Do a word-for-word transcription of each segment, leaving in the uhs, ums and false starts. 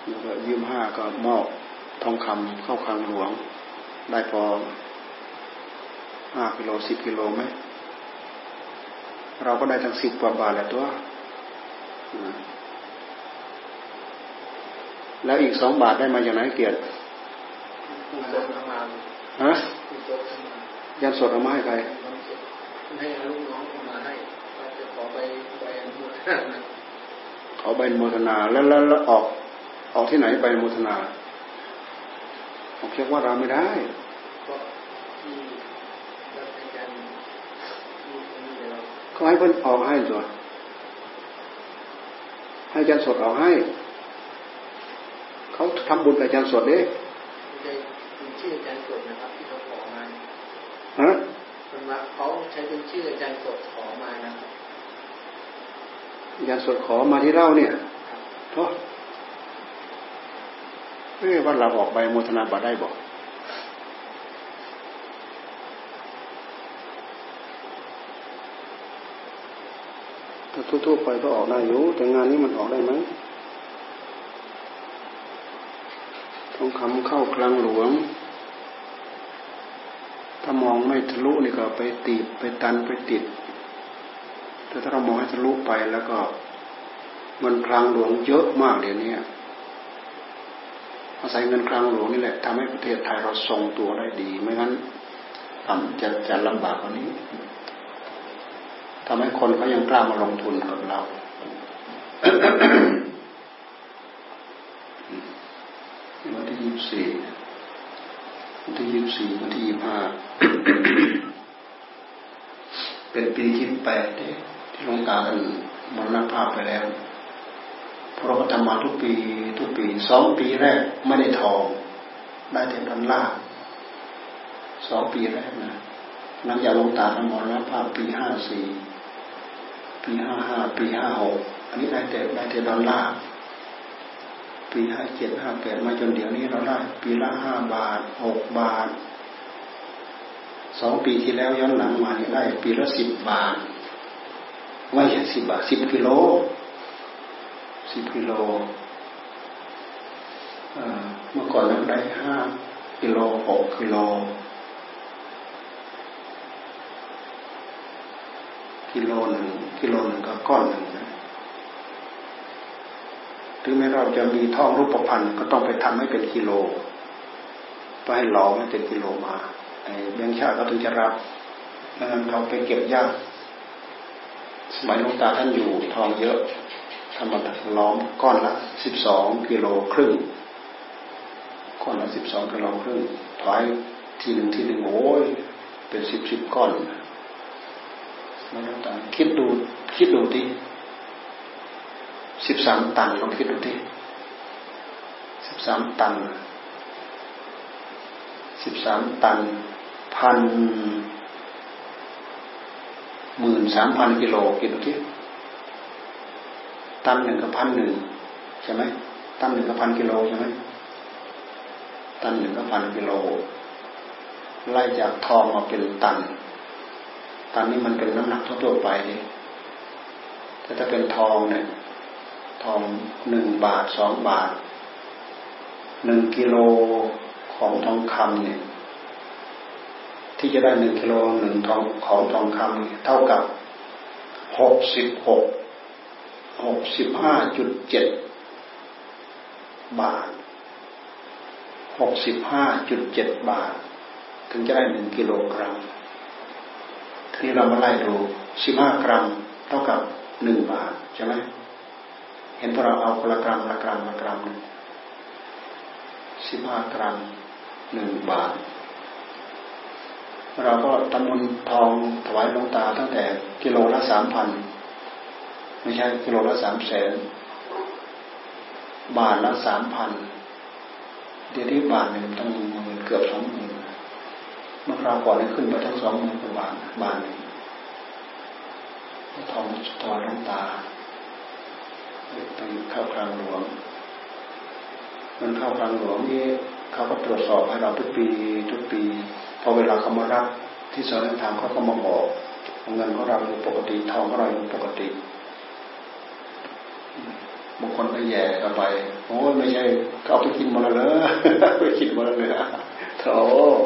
แล้วก็ยี่สิบห้าก็มอบทองคำเข้าคลังหลวงได้พอห้ากิโลสิบกิโลไหมเราก็ได้ทั้งสิบกว่าบาทแหละตัวแล้วอีกสองบาทได้มาจากไหนเกียรติฮะยันสดเอามาให้ใครให้ลูกน้องเอามาให้จะขอไปไปโมทนาขอใบโมทนาแล้วแล้วออกออกที่ไหนใบโมทนาออกเรียกว่าเราไม่ได้เขาให้เพิ่นออกให้ตัวให้ยันสดออกให้เขาทำบุญกับยันสดเด้เป็นชื่ออาจารย์สดนะครับที่เขาขอมาฮะเป็นว่าเขาใช้เป็นชื่ออาจารย์สดขอมานะครับอาจารย์สดขอมาที่เล่าเนี่ยเพราะเอ้ว่าเราออกใบโมทนาบัตรได้บอกถ้าทั่วๆไปก็ออกได้อยู่แต่งานนี้มันออกได้ไหมทองคำเข้าคลังหลวงถ้ามองไม่ทะลุนี่ก็ไปตีบไปตันไปติดแต่ถ้าเรามองให้ทะลุไปแล้วก็เงินคลังหลวงเยอะมากเดี๋ยวนี้อาศัยเงินคลังหลวงนี่แหละทำให้ประเทศไทยเราทรงตัวได้ดีไม่งั้นทำจะจะลำบากกว่านี้ทำให้คนเขายังกล้ามาลงทุนกับเราวันที่ยี่สิบสี่วันที่ยี่สิบสี่วันที่ยี่สิบห้าเป็นปีที่แปดที่หลวงตาท่านมรณภาพไปแล้วเพราะเราทำมาทุกปีทุกปีสองปีแรกไม่ได้ทองได้แต่ดอลลาร์สองปีแรกนะหลังจากหลวงตาท่านมรณภาพปีห้าสี่ปีห้าห้าปีห้าหกอันนี้ได้แต่ได้แต่ดอลลาร์ปีห้าเจ็ดห้าแปดมาจนเดี๋ยวนี้เราได้ปีละห้าบาทหกบาทสองปีที่แล้วย้อนหลังมาเนี่ยได้ปีละสิบบาทไม่ใช่สิบบาทสิบกิโลสิบกิโลเมื่อก่อนเราได้ห้ากิโลหกกิโลกิโลหนึ่งกิโลหนึ่งก็ก้อนหนึ่งนะถึงแม้เราจะมีท่องรูปพรรณก็ต้องไปทำให้เป็นกิโลไปให้หลอมให้เป็นกิโลมาไอ้แบงค์ชาติก็ถึงจะรับดังนั้นเราไปเก็บยากสมัยหลวงตาท่านอยู่ทองเยอะทำมาล้อมก้อนละสิบสองกิโลครึ่งก้อนละสิบสองกิโลครึ่งถอยทีหนึ่งทีหนึ่งโอ้ยเป็นสิบสิบก้อนไม่ต้องตันคิดดูคิดดูดิสิบสามตันลองคิดดูดิสิบสามตันสิบสามตันพันหมื่นสามพันกิโลคิดดูดิตันหนึ่งกับพันหนึ่งใช่ไหมตันหนึ่งกับพันกิโลใช่ไหมตันหนึ่งกับพันกิโลไล่จากทองมาเป็นตันตันนี้มันเป็นน้ำหนักทั่วๆไปดิแต่ถ้าเป็นทองเนี่ยทองหนึ่งบาทสองบาทหนึ่งกิโลของทองคำเนี่ยที่จะได้หนึ่งกิโลหนึ่งทองของทองคำเท่ากับหกสิบหกหกสิบห้าจุดเจ็ดบาทหกสิบห้าจุดเจ็ดบาทถึงจะได้หนึ่งกิโลกรัมทีนี้เรามาไล่ดูสิบห้ากรัมเท่ากับหนึ่งบาทใช่ไหมเห็นพอเราเอาคนละกรัมละกรัมละกรัมสิบห้ากรัมหนึ่งบาทเราก็ทำบุญทองถวายหลวงตาตั้งแต่กิโลละสามพันไม่ใช่กิโลละสามแสนบาทละสามพันเดี๋ยวนี้บาทหนึ่งต้องหมื่นเกือบสองหมื่นเมื่อคราวก่อนนี้ขึ้นไปทั้งสองหมื่นกว่าบาทบาทหนึ่งทองถวายหลวงตาไปเข้าคลังหลวงมันเข้าคลังหลวงนี่เขาก็ตรวจสอบให้เราทุกปีทุกปีพอเวลาเขามารับที่สอนทางเขาก็มาบอกเงินของเราอยู่ปกติทองของเราอยู่ปกติบางคนก็แย่เข้าไปโอ้ยไม่ใช่เขาเอาไปกินหมดแล้วเหรอไปกินหมดแล้วเหรอโธ่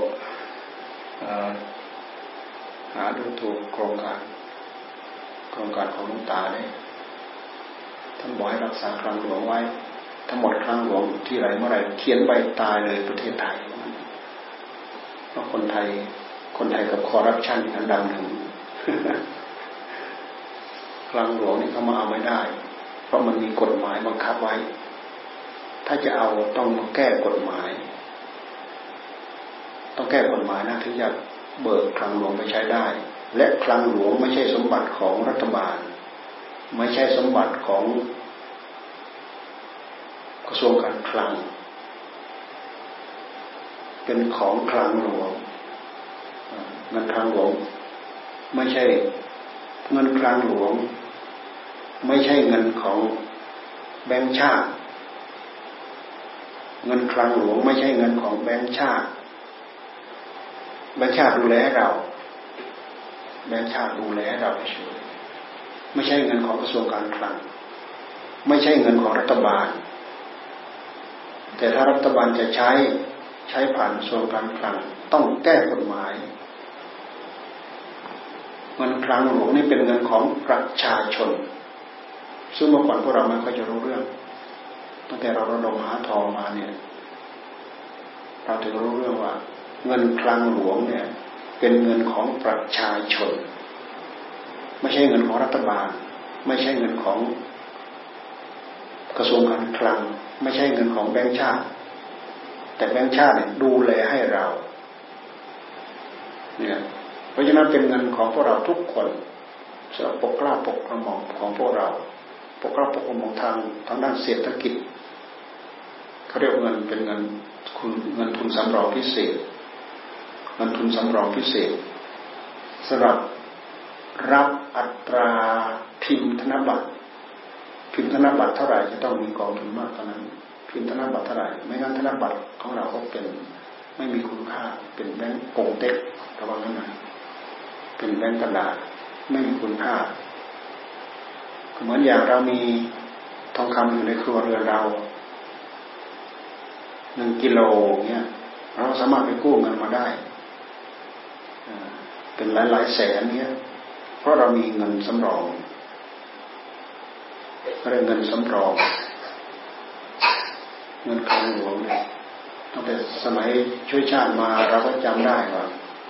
หาดูถูกโครงการโครงการของหลวงตาเนี่ยท่านบอกให้รักษาคลังหลวงไว้ทั้งหมดคลังหลวงที่ไรเมื่อไรเขียนใบตายเลยประเทศไทยเพราะคนไทยคนไทยกับคอร์รัปชันอันดับหนึ่งคลังหลวงนี่เขามาเอาไม่ได้เพราะมันมีกฎหมายบังคับไว้ถ้าจะเอาต้องแก้กฎหมายต้องแก้กฎหมายนะถึงจะเบิกคลังหลวงไปใช้ได้และคลังหลวงไม่ใช่สมบัติของรัฐบาลไม่ใช่สมบัติของกระทรวงการคลังเป็นของคลังหลวงเงินคลังหลวงไม่ใช่เงินคลังหลวงไม่ใช่เงินของแบงก์ชาติเงินคลังหลวงไม่ใช่เงินของแบงก์ชาติแบงก์ชาติดูแลเราแบงก์ชาติดูแลเราเฉยไม่ใช่เงินของกระทรวงการคลังไม่ใช่เงินของรัฐบาลแต่ถ้ารัฐบาลจะใช้ใช้ผ่านกระทรวงการคลังต้องแก้กฎหมายเงินคลังหลวงนี่เป็นเงินของประชาชนซึ่งเมื่อก่อนพวกเราไม่ค่อยจะรู้เรื่องตั้งแต่เราระดมหาทองมาเนี่ยเราถึงรู้เรื่องว่าเงินคลังหลวงเนี่ยเป็นเงินของประชาชนไม่ใช่เงินของรัฐบาลไม่ใช่เงินของกระทรวงการคลังไม่ใช่เงินของแบงก์ชาติแต่แบงก์ชาติเนี่ยดูแลให้เราเนี่ยเพราะฉะนั้นเป็นเงินของพวกเราทุกคนสำหรับปกกล้าปกกระหม่อมของพวกเราปกกล้าปกกระหม่อมทางทางด้านเศรษฐกิจเขาเรียกเงินเป็นเงินคุณเงินทุนสำรองพิเศษเงินทุนสำรองพิเศษสำหรับรับอัตราพิมพ์ธนบัตรพิมพ์ธนบัตรเท่าไหร่จะต้องมีกองทุนมากเท่านั้นพิมพ์ธนบัตรเท่าไหร่ไม่งั้นธนบัตรของเราก็เป็นไม่มีคุณค่าเป็นแบงก์กงเต็กระวังนั่นนะเป็นแบงก์กระดาษไม่มีคุณค่าเหมือนอย่างเรามีทองคำอยู่ในครัวเรือนเราหนึ่งกิโลเงี้ยเราสามารถไปกู้เงินมาได้เป็นหลายหลายแสนเงี้ยเพราะเรามีเงินสำรองเรียกเงินสำรองเงินคลังหลวงเนี่ยตั้งแต่สมัยช่วยชาติมาเราก็จำได้ว่า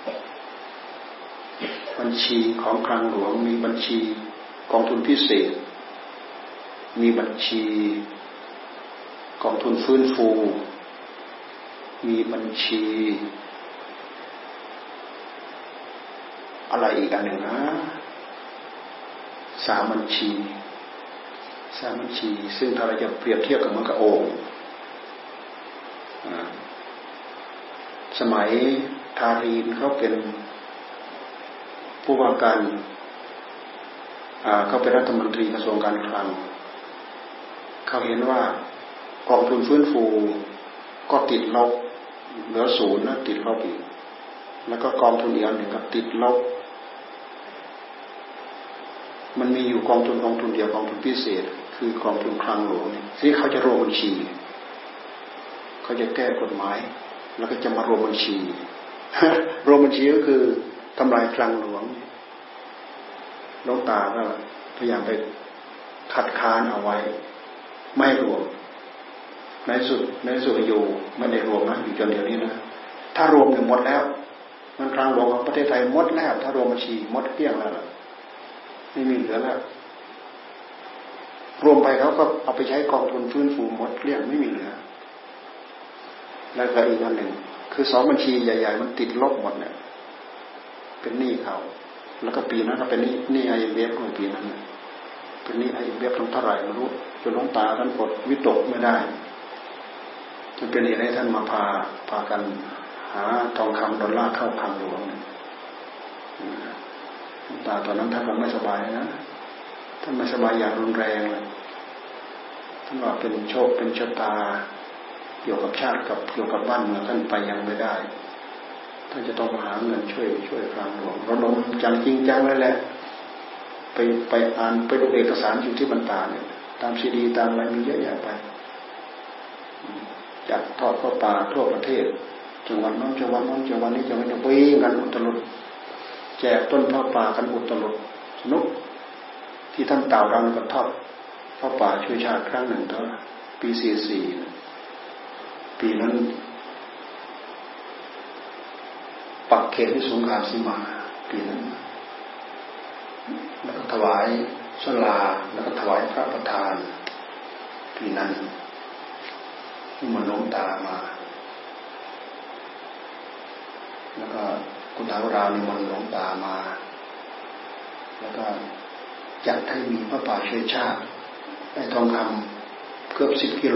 บัญชีของคลังหลวงมีบัญชีกองทุนพิเศษมีบัญชีกองทุนฟื้นฟูมีบัญชีอะไรอีกอันหนึ่งนะสามบัญชีสามบัญชีซึ่งถ้าเราจะเปรียบเทียบกับมันกับโอ่งสมัยทารีนเขาเป็นผู้ว่าการเขาเป็นรัฐมนตรีกระทรวงการคลังเขาเห็นว่ากองทุนฟื้นฟูก็ติดลบเหลือศูนย์นะติดลบอีกแล้วก็กองทุนอีกอันหนึ่งก็ติดลบมันมีอยู่กองทุนกองทุนเดียวกองทุนพิเศษคือกองทุนคลังหลวงเนี่ยที่เขาจะรวมบัญชีเขาจะแก้กฎหมายแล้วก็จะมารวมบัญชีรวมบัญชีก็คือทำลายคลังหลวงหลวงตาก็พยายามไปขัดค้านเอาไว้ไม่รวมในสุดในสุดอยู่ไม่ได้รวมนะอยู่จนเดี๋ยวนี้นะถ้ารวมเนี่ยหมดแล้วมันคลังหลวงของประเทศไทยหมดแล้วถ้ารวมบัญชีหมดเกลี้ยงแล้วไม่มีเหลือแล้วรวมไปเขาก็เอาไปใช้กองทุนฟื้นฟูหมดเกลี้ยงไม่มีเหลือแล้วก็อีกอันหนึ่งคือสองบัญชีใหญ่ๆมันติดลบหมดเนี่ยเป็นหนี้เขาแล้วก็ปีนั้นก็เป็นหนี้หนี้ไอเอฟเอฟด้วยปีนั้นเป็นหนี้ไอเอฟเอฟทั้งเท่าไหร่ไม่รู้จนหลวงตาท่านอดวิตกไม่ได้จนเป็นเหตุให้ท่านมาพาพากันหาทองคำดอลลาร์เข้าคลังหลวงหลวงตาตอนนั้นท่านก็ไม่สบายนะท่านไม่สบายอย่างรุนแรงเลยท่านว่าเป็นโชคเป็นชะตาเกี่ยวกับชาติกับเกี่ยวกับบ้านเมืองท่านไปยังไม่ได้ท่านจะต้องหาเงินช่วยช่วยคลังหลวงระดมจังจริงจังเลยแหละไปไปอ่านไปดูเอกสารอยู่ที่บรรดาเนี่ยตามซีดีตามอะไรมีเยอะแยะไปจัดทอดพระป่าทั่วประเทศจังหวัดน้นจังหวัดน้นจังหวัดนี้จังหวัดนี้วิ่งกันอุตลุดแจกต้นพระป่ากันอุตลุดสนุกที่ท่านเต่ารังก็ทอดพระป่าช่วยชาติครั้งหนึ่งเท่าปีสี่สี่ปีนั้นปักเขตที่สงครามสีมาปีนั้นแล้วก็ถวายสลาแล้วก็ถวายพระประธานปีนั้นมันล้มตามาแล้วก็คุณท้าวราวนิมนต์หลวงตามาแล้วก็จัดให้มีพระป่าช่วยชาติได้ทองคำเกือบสิบกิโล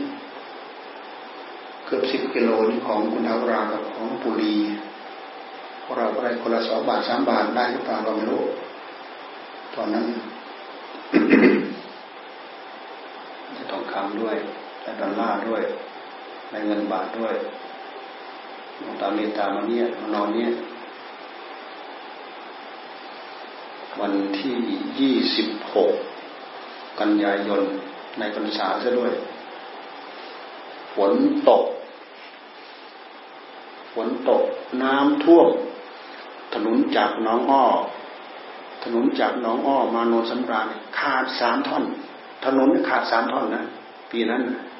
เกือบสิบกิโลนี่ของคุณท้าวราวกับของปุรีพวกเราก็ได้คนละสองบาทสามบาทได้หรือเปล่าเราไม่รู้ตอนนั้นได้ทองคำด้วยได้ดอลลาร์ด้วยได้เงินบาทด้วยหลวงตาเมตตามาเนี่ยมานอนเนี่ยวันที่ยี่สิบหกกันยายนในพรรษาซะด้วยฝนตกฝนตกน้ำท่วมถนนจากหนองอ้อถนนจากหนองอ้อมาโนนสำราญขาดสามท่อนถนนขาดสามท่อนนะปีนั้น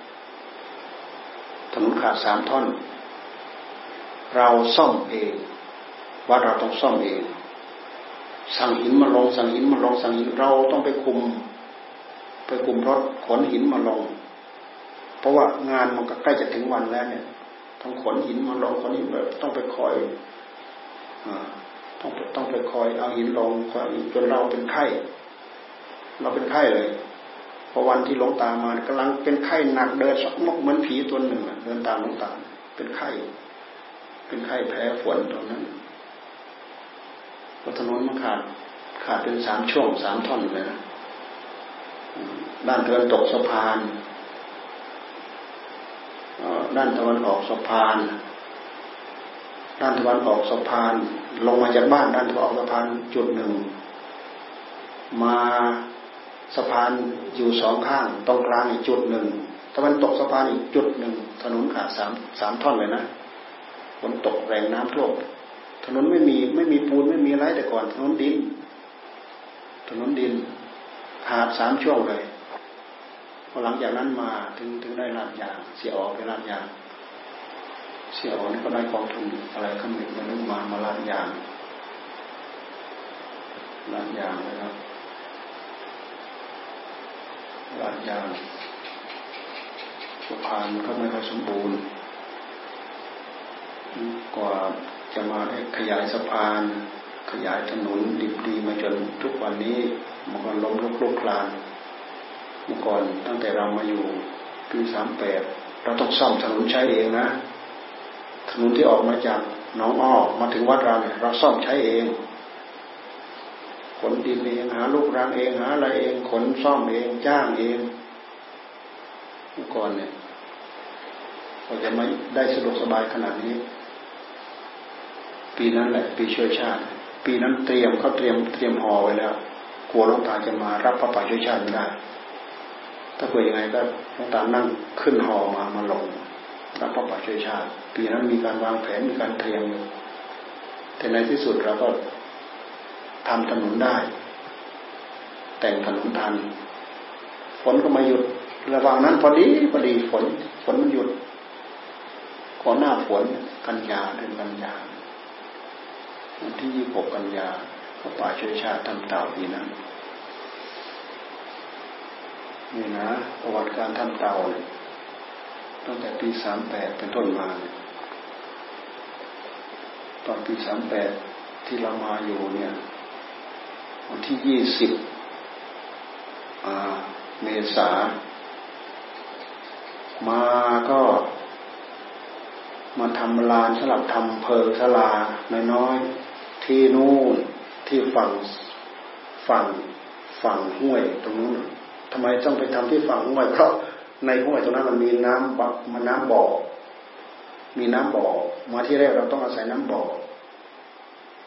ถนนขาดสามท่อนเราซ่อมเองว่าเราต้องซ่อมเองสั่งหินมาลงสั่งหินมาลงสั่งหินเราต้องไปคุมไปคุมรถขนหินมาลงเพราะว่างานมันก็ใกล้จะถึงวันแล้วเนี่ยต้องขนหินมาลงขนหินแบบต้องไปคอยอ่าต้องต้องไปคอยเอาหินลงคอยจนเราเป็นไข้เราเป็นไข้เลยพอวันที่หลวงตามากำลังเป็นไข้หนักเดินสักมกเหมือนผีตัวหนึ่งเดินตามหลวงตาเป็นไข้เป็นไข้แพ้ฝนตรงนั้นถนนมันขาดขาดเป็นสามช่วงสามท่อนเลยนะด้านตะวันตกสะพานด้านตะวันออกสะพานด้านตะวันออกสะพานลงมาจากบ้านด้านตะวันออกสะพานจุดหนึ่งมาสะพานอยู่สองข้างตรงกลางอีกจุดหนึ่งตะวันตกสะพานอีกจุดหนึ่งถนนขาดสามสามท่อนเลยนะฝนตกแรงน้ำท่วมถนนไม่มีไม่มีปูนไม่มีอะไรแต่ก่อนถนนดินถนนดินขาดสามช่วงเลยพอหลังจากนั้นมาถึงถึงได้ลาดยางเสียออกไปลาดยางเสียออกนี่ก็ได้กองทุนอะไรขมิ้นมานึ่งมามาลาดยางลาดยางนะครับลาดยางสะพานก็ไม่ค่อยสมบูรณ์กว่าจะมาได้ขยายสะพานขยายถนนดิบดีมาจนทุกวันนี้มันก็ล้มลุกลุกคลานเมื่อก่อนตั้งแต่เรามาอยู่ปีสามแปดเราต้องซ่อมถนนใช้เองนะถนนที่ออกมาจากหนองอ้อมาถึงวัดเราเนี่ยเราซ่อมใช้เองขนดินเองหาลูกรังเองหาอะไรเองขนซ่อมเองจ้างเองเมื่อก่อนเนี่ยเราจะไม่ได้สะดวกสบายขนาดนี้ปีนั้นแหละปีช่วยชาติปีนั้นเตรียมเขาเตรียมเตรียมห่อไว้แล้วกลัวหลวงตาจะมารับพระป่าช่วยชาติไม่ได้ถ้าเกิดยังไงก็หลวงตานั่งขึ้นห่อมามาลงรับพระป่าช่วยชาติปีนั้นมีการวางแผนมีการเตรียมอยู่แต่ในที่สุดเราก็ทำถนนได้แต่งถนนทันฝนก็มาหยุดระหว่างนั้นพอดีพอดีฝนฝนมันหยุดก่อนหน้าฝนกันยาเดือนกันยาวันที่ยี่สิบหกกันยาพระป่าช่วยชาติทำเต่าปีนั้นนี่นะประวัติการทำเต่าเนี่ยตั้งแต่ปีสามแปดเป็นต้นมาเนี่ยตอนปีสามแปดที่เรามาอยู่เนี่ยวันที่ยี่สิบเมษามาก็มาทำลานสลับทำเพิงศาลาน้อยๆที่นู่นที่ฝั่งฝั่งฝั่งห้วยตรงนู้นทำไมต้องไปทำที่ฝั่งห้วยเพราะในห้วยตรงนั้นมันมีน้ำบักมันน้ำบ่อมีน้ำบ่อมาที่แรกเราต้องอาศัยน้ำบ่อ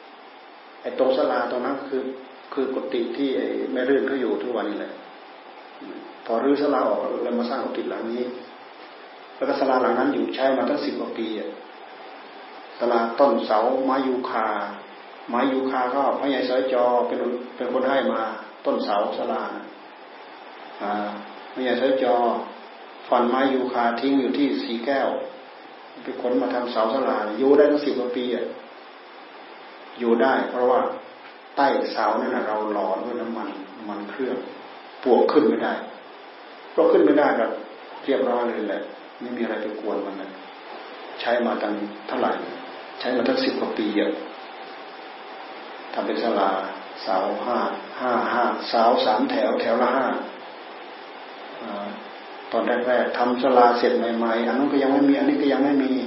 ไอ้ตรงศาลาตรงนั้นคือคือกุฏิที่ไอ้แม่รื่นเขาอยู่ทุกวันนี้แหละพอรื้อศาลาออกแล้วมาสร้างกุฏิหลังนี้แล้วก็ศาลาหลังนั้นอยู่ใช้มาตั้งสิบกว่าปีศาลาต้นเสาไม้ยูคาไม้ยูคาก็พระใหญ่สายจอเป็นเป็นคนให้มาต้นเสาศาลาอ่าพระใหญ่สายจอฟันไม้ยูคาทิ้งอยู่ที่สีแก้วไปขนมาทำเสาศาลาอยู่ได้ตั้งสิบกว่าปีอ่ะอยู่ได้เพราะว่าใต้เสานั่นน่ะเราหล่อด้วยน้ำมันน้ำมันเครื่องปวกขึ้นไม่ได้เพราะขึ้นไม่ได้แบบเรียบร้อยเลยแหละไม่มีอะไรไปกวนมันเลยใช้มาตั้งเท่าไหร่ใช้มาตั้งสิบกว่าปีอ่ะทำเป็นศาลาเสาห้าห้าห้าเสาสามแถวแถวละห้าตอนแรกๆทำศาลาเสร็จใหม่ๆอันนั้นก็ยังไม่มีอันนี้ก็ยังไม่มี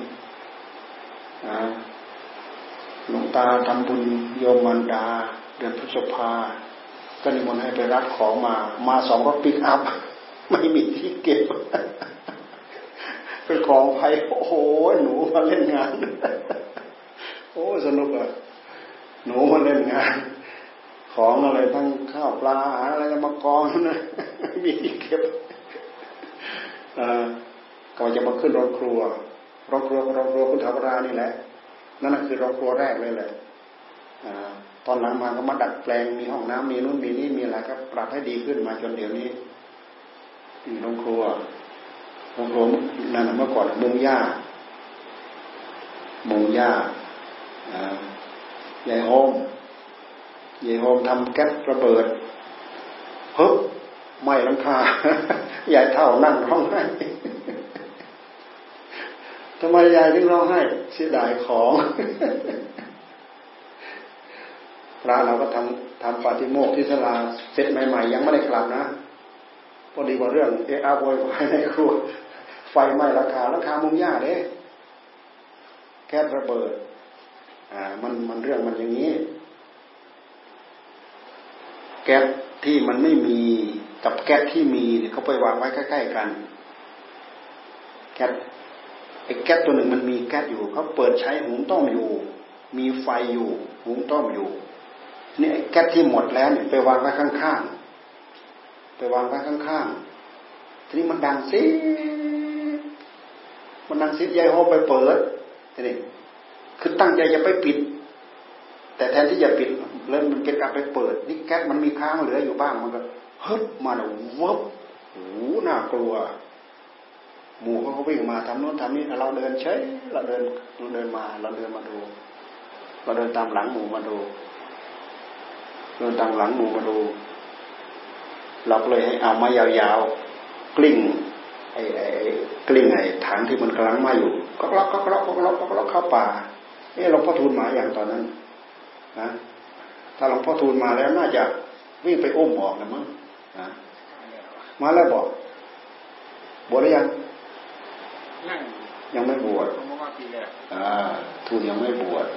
หลวงตาทำบุญโยมมันดาเดือนพฤษภาก็นิมนต์ให้ไปรับของมามาสองรถปิกอัพไม่มีที่เก็บเป็นของไผ่โอ้โหหนูมาเล่นงานโอ้สนุกอ่ะหนูมาเล่นงานของอะไรทั้งข้าวปลาอาหารอะไรมากองนะไม่มีที่เก็บก็จะมาขึ้นโรงครัวโรงครัวโรงครัวคุณธรรมรานี่แหละนั่นคือโรงครัวแรกเลยแหละตอนหลังมาก็มาดัดแปลงมีห้องน้ำมีนู่นมีนี่มีอะไรก็ปรับให้ดีขึ้นมาจนเดี๋ยวนี้โรงครัวโรงครัวนั่นเมื่อก่อนมุงหญ้ามุงหญ้าใหญ่โฮมใหญ่โฮมทำแก๊สระเบิดฮึบไหม้หลังคาใหญ่เท่านั่งร้องไห้ทำไมยายถึงร้องไห้เสียดายของพระเราก็ทำทำปาฏิโมกข์ที่ศาลาเสร็จใหม่ๆยังไม่ได้กลับนะพอดีกว่าเรื่องเอะอะโวยวายในครัวไฟไหม้หลังคาหลังคามุงหญ้าเด้แก๊สระเบิดอ่ามันมันเรื่องมันอย่างนี้แก๊สที่มันไม่มีกับแก๊สที่มีเนี่ยเขาไปวางไว้ใกล้ๆกันแก๊สไอ้แก๊สตัวหนึ่งมันมีแก๊สอยู่เขาเปิดใช้หุงต้มอยู่มีไฟอยู่หุงต้มอยู่นี่ไอ้แก๊สที่หมดแล้วเนี่ยไปวางไว้ข้างๆไปวางไว้ข้างๆทีนี้มันดังซิมันดังซิยายโฮมไปเปิดทีนี้คือตั้งใจจะไปปิดแต่แทนที่จะปิดเริ่มมันเก็บกลับไปเปิดนี่แก๊สมันมีค้างเหลืออยู่บ้างมันก็ฮึบมาแล้ววับโอ้น่ากลัวหมู่เขาก็วิ่งมาทำโน้นทำนี้เราเดินเฉยเราเดินเราเดินมาเราเดินมาดูเราเดินตามหลังหมู่มาดูเดินตามหลังหมู่มาดูเราเลยให้เอาไม้ยาวๆกลิ้งไอ้ไอ้กลิ้งไอ้ถังที่มันกำลังไหม้อยู่ก็ล็อกก็ล็อกก็ล็อกก็ล็อกเข้าป่าเอ๊ะหลวงพ่อทูลมาอย่างตอนนั้นนะถ้าหลวงพ่อทูลมาแล้วน่าจะวิ่งไปอุ้มออกนะมั้งนะมาแล้วบอกบวชหรือยังยังไม่บวชอ่าทูลยังไม่บวช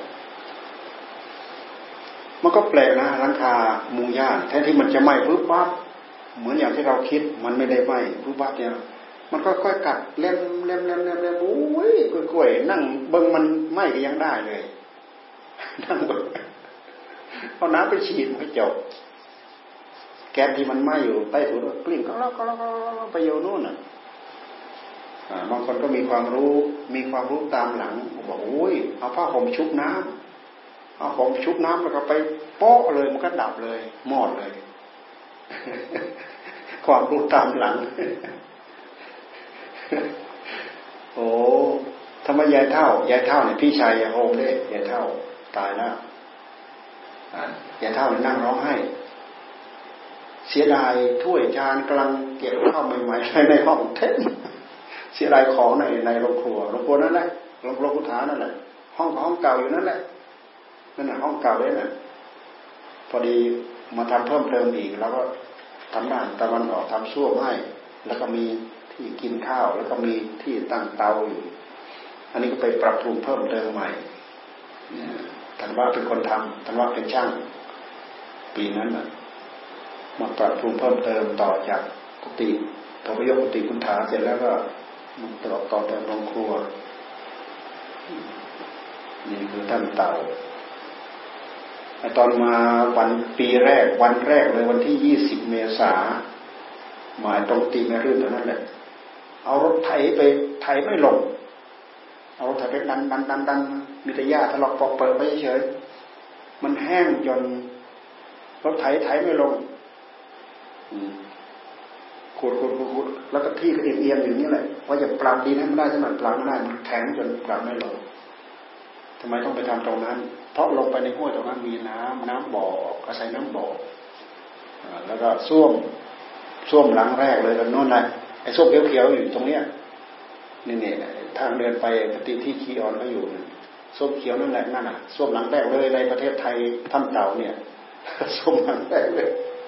มันก็แปลกนะหลังคามุงหญ้าแทนที่มันจะไหม้ปุ๊บปั๊บเหมือนอย่างที่เราคิดมันไม่ได้ไหม้ปุ๊บปั๊บเนี่ยมันค่อยๆกัดเล็มเล็มเล็มเล็มเล็มโอ้ยกล้วยๆนั่งเบิ่งมันไหม้ก็ยังได้เลยนั่งเบิ่งเอาน้ำไปฉีดมันก็จบแก๊สที่มันไหม้อยู่ใต้ถุนกลิ้งก็แล้วก็แล้วก็ไปอยู่นู่นน่ะบางคนก็มีความรู้มีความรู้ตามหลังบอกโอ้ยเอาผ้าห่มชุบน้ำเอาห่มชุบน้ำแล้วก็ไปโป๊ะเลยมันก็ดับเลยมอดเลยความรู้ตามหลังโอ้ทำไมยายเท่ายายเท่าเนี่ยพี่ชายยายโฮมเด้ยายเท่าตายแล้วยายเท่าเนี่ยนั่งร้องไห้เสียดายถ้วยจานกำลังเก็บข้าวใหม่ๆในห้องเต็มเสียดายของในในโรงครัวโรงครัวนั่นแหละโรงโรงกุฏานั่นแหละห้องห้องเก่าอยู่นั่นแหละนั่นแหละห้องเก่าเลยน่ะพอดีมาทำเพิ่มเติมอีกแล้วก็ทำด้านตะวันออกทำส้วมให้แล้วก็มีที่กินข้าวแล้วก็มีที่ตั้งเตาอยู่อันนี้ก็ไปปรับปรุงเพิ่มเติมใหม่ท่านว่าเป็นคนทำท่านว่าเป็นช่างปีนั้นน่ะมาปรับปรุงเพิ่มเติมต่อจากกุฏิพอไปยกกุฏิคุณฐานเสร็จแล้วก็มันต่อต่อเติมโรงครัวนี่คือท่านเต่าตอนมาวันปีแรกวันแรกเลยวันที่ยี่สิบเมษาหมายตรงตีไม่รื่นเท่านั้นแหละเอารถไถไปไถไม่ลงเอารถไถไปดันดันดันดันมีแต่หญ้าถลอกปอกเปิดไปเฉยมันแห้งจนรถไถไถไม่ลงขุดขุดขุดขุดแล้วก็ที่ก็เอียงๆอยู่นี่แหละว่าจะปรับดินให้มันได้สมัยปรับไม่ได้มันแข็งจนปรับไม่ลงทำไมต้องไปทำตรงนั้นเพราะลงไปในห้วยตรงนั้นมีน้ำน้ำบ่ออาศัยน้ำบ่อแล้วก็ส้วมส้วมหลังแรกเลยกันโน่นแหละไอ้ส้วมเขียวๆอยู่ตรงเนี้ยนี่เนี่ยทางเดินไปปฏิที่คีออนก็อยู่ส้วมเขียวนั่นแหละนั่นน่ะส้วมหลังแรกเลยในประเทศไทยถ้ำเต่าเนี่ยส้วมหลังแรกเลย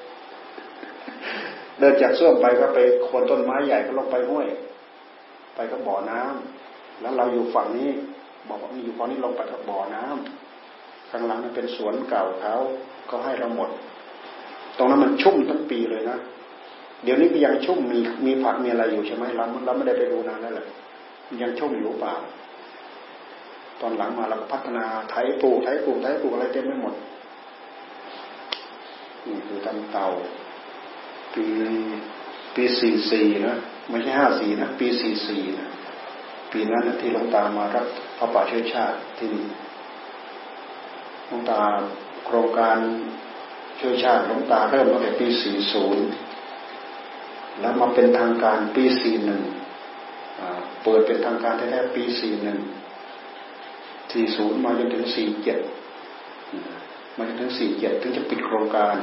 เดินจากส้วมไปก็ไปโคนต้นไม้ใหญ่ก็ลงไปห้วยไปก็บ่อน้ำแล้วเราอยู่ฝั่งนี้บอกว่ามีอยู่ฝั่งนี้ลงไปก็บ่อน้ำข้างหลังมันเป็นสวนเก่าเขาเขาให้เราหมดตรงนั้นมันชุ่มทั้งปีเลยนะเดี๋ยวนี้ก็ยังชุ่มมีมีผักมีอะไรอยู่ใช่ไหมเราเราไม่ได้ไปดูนานนั่นแหละยังชุ่มอยู่เปล่าตอนหลังมาเราก็พัฒนาไถปลูกไถปลูกไถปลูกอะไรเต็มไปหมดนี่คือทำเตาปีปีสี่สี่นะไม่ใช่ห้าสี่นะปีสี่สี่นะปีนั้นนะที่หลวงตามารับพระป่าเชื้อชาติที่นี่หลวงตาโครงการเชื้อชาติหลวงตาเริ่มตั้งแต่ปีสี่ศูนย์แล้วมาเป็นทางการปีสี่หนึ่งเปิดเป็นทางการแท้ๆปีสี่หนึ่งสี่ศูนย์มาจนถึงสี่เจ็ดมาจนถึงสี่เจ็ดถึงจะปิดโครงการ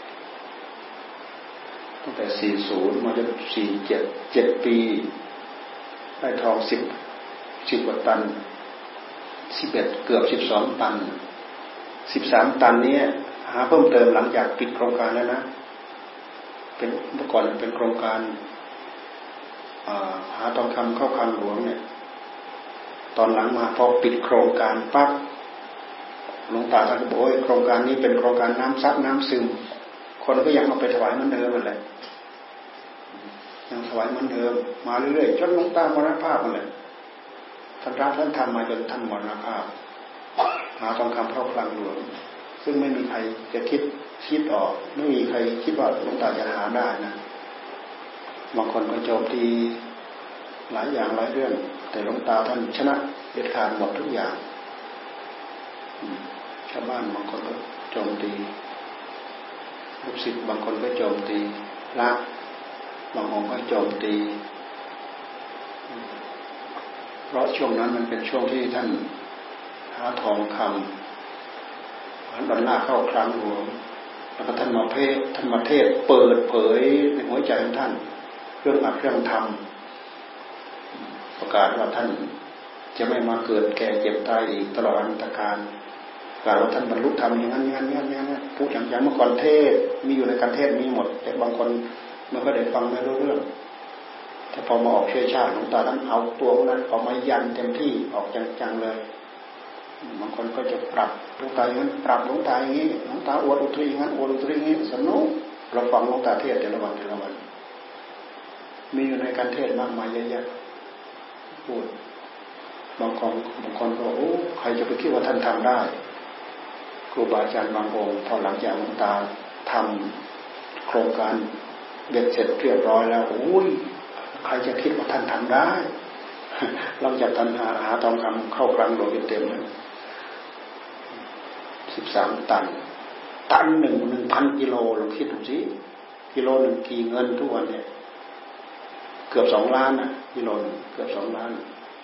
ตั้งแต่สี่ศูนย์มาจนสี่เจ็ดเจ็ดปีได้ทองสิบสิบกว่าตันสิบเอ็ดเกือบสิบสองตันสิบสามตันนี้หาเพิ่มเติมหลังจากปิดโครงการแล้วนะเป็นเมื่อก่อนเป็นโครงการหาทองคำเข้าคลังหลวงเนี่ยตอนหลังมาพอปิดโครงการปั๊บหลวงตาท่านก็บอกว่าโครงการนี้เป็นโครงการน้ำซับน้ำซึมคนก็ยังเอาไปถวายเหมือนเดิมนั่นแหละยังถวายเหมือนเดิมมาเรื่อยๆจนหลวงตามรณภาพนั่นแหละท่านรักท่านทำมาจนท่านมรณภาพหาทองคำเข้าคลังหลวงซึ่งไม่มีใครจะคิดคิดออกไม่มีใครคิดว่าหลวงตาจะหาได้นะบางคนก็โจมตีหลายอย่างหลายเรื่องแต่หลวงตาท่านชนะเด็ดขาดหมดทุกอย่างชาวบ้านบางคนก็โจมตีลูกศิษย์บางคนก็โจมตีพระบางองค์ก็โจมตีเพราะช่วงนั้นมันเป็นช่วงที่ท่านหาทองคำท่านดอลลาร์เข้าคลังหลวงแล้วก็ท่านมาเพศท่านมาเทศเปิดเผยในหัวใจของท่านเรื่องอัดเรื่องทำประกาศว่าท่านจะไม่มาเกิดแก่เจ็บตายอีกตลอดอนันตกาลกล่าวว่าท่านบรรลุธรรมอย่างนั้นอย่างนั้นอย่างนั้นพูดอย่างอย่างเมื่อก่อนเทศมีอยู่ในการเทศมีหมดแต่บางคนไม่ค่อยได้ฟังไม่รู้เรื่องถ้าพอมาออกเชื้อชาติหลวงตาท่านเอาตัวนั้นออกมายันเต็มที่ออกจังๆเลยบางคนก็จะปรับหลวงตาอย่างนั้นปรับหลวงตาอย่างนี้หลวงตาอวดอุตริอย่างนั้นอวดอุตริอย่างนี้สนุกเราฟังหลวงตาเทศแต่ละวันแต่ละวันมีอยู่ในการเทศมากมายเยอะแยะพูดบางคนบางคนก็โอ้ใครจะไปคิดว่าท่านทำได้ครูบาอาจารย์บางองค์พอหลังจากหลวงตาทำโครงการเบ็ดเสร็จเรียบร้อยแล้วโอ้ยใครจะคิดว่าท่านทำได้หลังจากท่านหาหาทองคำเข้าคลังโดยเต็มเลยสิบสามตันตันหนึ่งหนึ่งพันกิโลลองคิดดูสิกิโลหนึ่งกี่เงินทุกวันเนี่ยเกือบสองล้านอ่ะกิโลนึงเกือบสองล้าน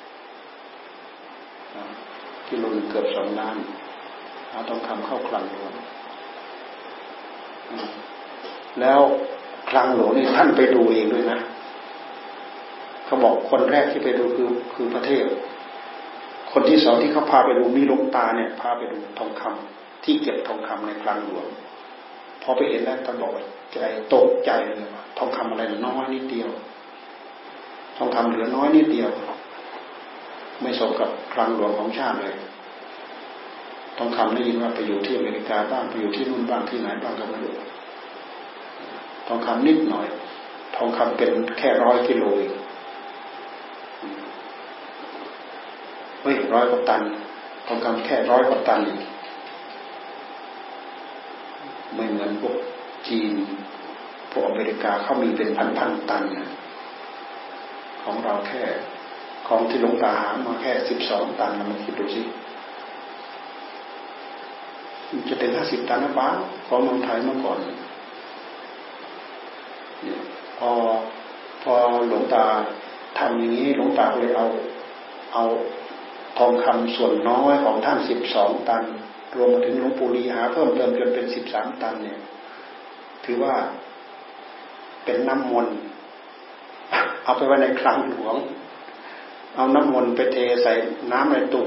กิโลนึงเกือบสองล้านหาทองคำเข้าคลังหลวงแล้วคลังหลวงนี่ท่านไปดูเองด้วยนะเขาบอกคนแรกที่ไปดูคือคือพระเทพคนที่สองที่เขาพาไปดูมีหลวงตาเนี่ยพาไปดูทองคำที่เก็บทองคำในคลังหลวงพอไปเห็นแล้วท่านบอกว่าใจตกใจเลยว่าทองคำอะไรน้อยนิดเดียวทองคำเหลือน้อยนิดเดียวไม่สมกับคลังหลวงของชาติเลยทองคำได้ยินว่าไปอยู่ที่อเมริกาบ้างไปอยู่ที่นู่นบ้างที่ไหนบ้างก็ไม่รู้ทองคำนิดหน่อยทองคำเป็นแค่ร้อยกิโลเองเฮ้ยร้อยกว่าตันทองคำแค่ร้อยกว่าตันไม่เหมือนพวกจีนพวกอเมริกาเขามีเป็นพันๆตันนะของเราแค่ของที่หลวงตาหามาแค่สิบสองตันนะมันคิดดูสิจะเป็นห้าสิบตันนะป้าของเมืองไทยเมื่อก่อนพอพอหลวงตาทำอย่างนี้หลวงตาเลยเอาเอาทองคำส่วนน้อยของท่านสิบสองตันรวมมาถึงหลวงปู่ลีหาเพิ่มเติมจนเป็นสิบสามตันเนี่ยถือว่าเป็นน้ำมนต์เอาไปไว้ในคลังหลวงเอาน้ำมนต์ไปเทใส่น้ำในตุ่ม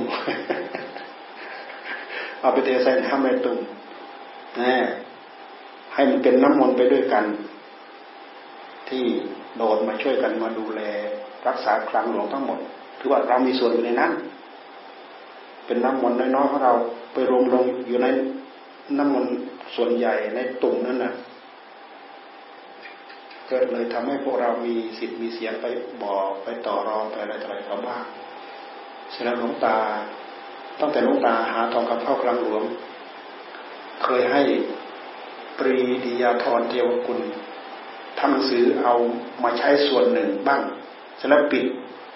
เอาไปเทใส่น้ำในตุ่มนี่ให้มันเป็นน้ำมนต์ไปด้วยกันที่โดดมาช่วยกันมาดูแลรักษาคลังหลวงทั้งหมดถือว่าเรามีส่วนอยู่ในนั้นเป็นน้ำมนต์น้อยๆของเราไปรวมลงอยู่ในน้ำมนต์ส่วนใหญ่ในตุ่มนั่นน่ะเกิดเลยทำให้พวกเรามีสิทธิ์มีเสียงไปบอกไปต่อรองไปอะไรต่ออะไรเขาบ้างฉะนั้นหลวงตาตั้งแต่หลวงตาหาทองคำเข้าคลังหลวงเคยให้ปรีดียาธรเทวกุลทำหนังสือเอามาใช้ส่วนหนึ่งบ้างเสร็จแล้วปิด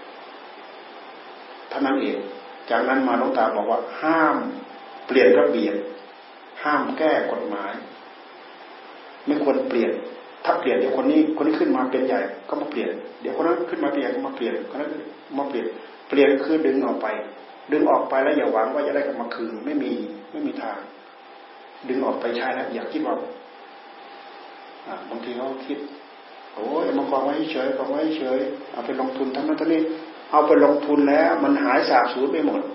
เท่านั้นเองจากนั้นมาหลวงตาบอกว่าห้ามเปลี่ยนระเบียบห้ามแก้กฎหมายไม่ควรเปลี่ยนถ้าเปลี่ยนเดี๋ยวคนนี้คนนี้ขึ้นมาเป็นใหญ่ก็มาเปลี่ยนเดี๋ยวคนนั้นขึ้นมาเป็นใหญ่ก็มาเปลี่ยนคนนั้นมาเปลี่ยนเปลี่ยนคือดึงออกไปดึงออกไปแล้วอย่าหวังว่าจะได้กลับมาคืนไม่มีไม่มีทางดึงออกไปใช้แล้วอย่าคิดว่าบางทีเขาคิดโอ้ยมากองไว้เฉยกองไว้เฉยเอาไปลงทุนทั้งนั้นทั้งนี้เอาไปลงทุนแล้วมันหายสาบสูญไปหมด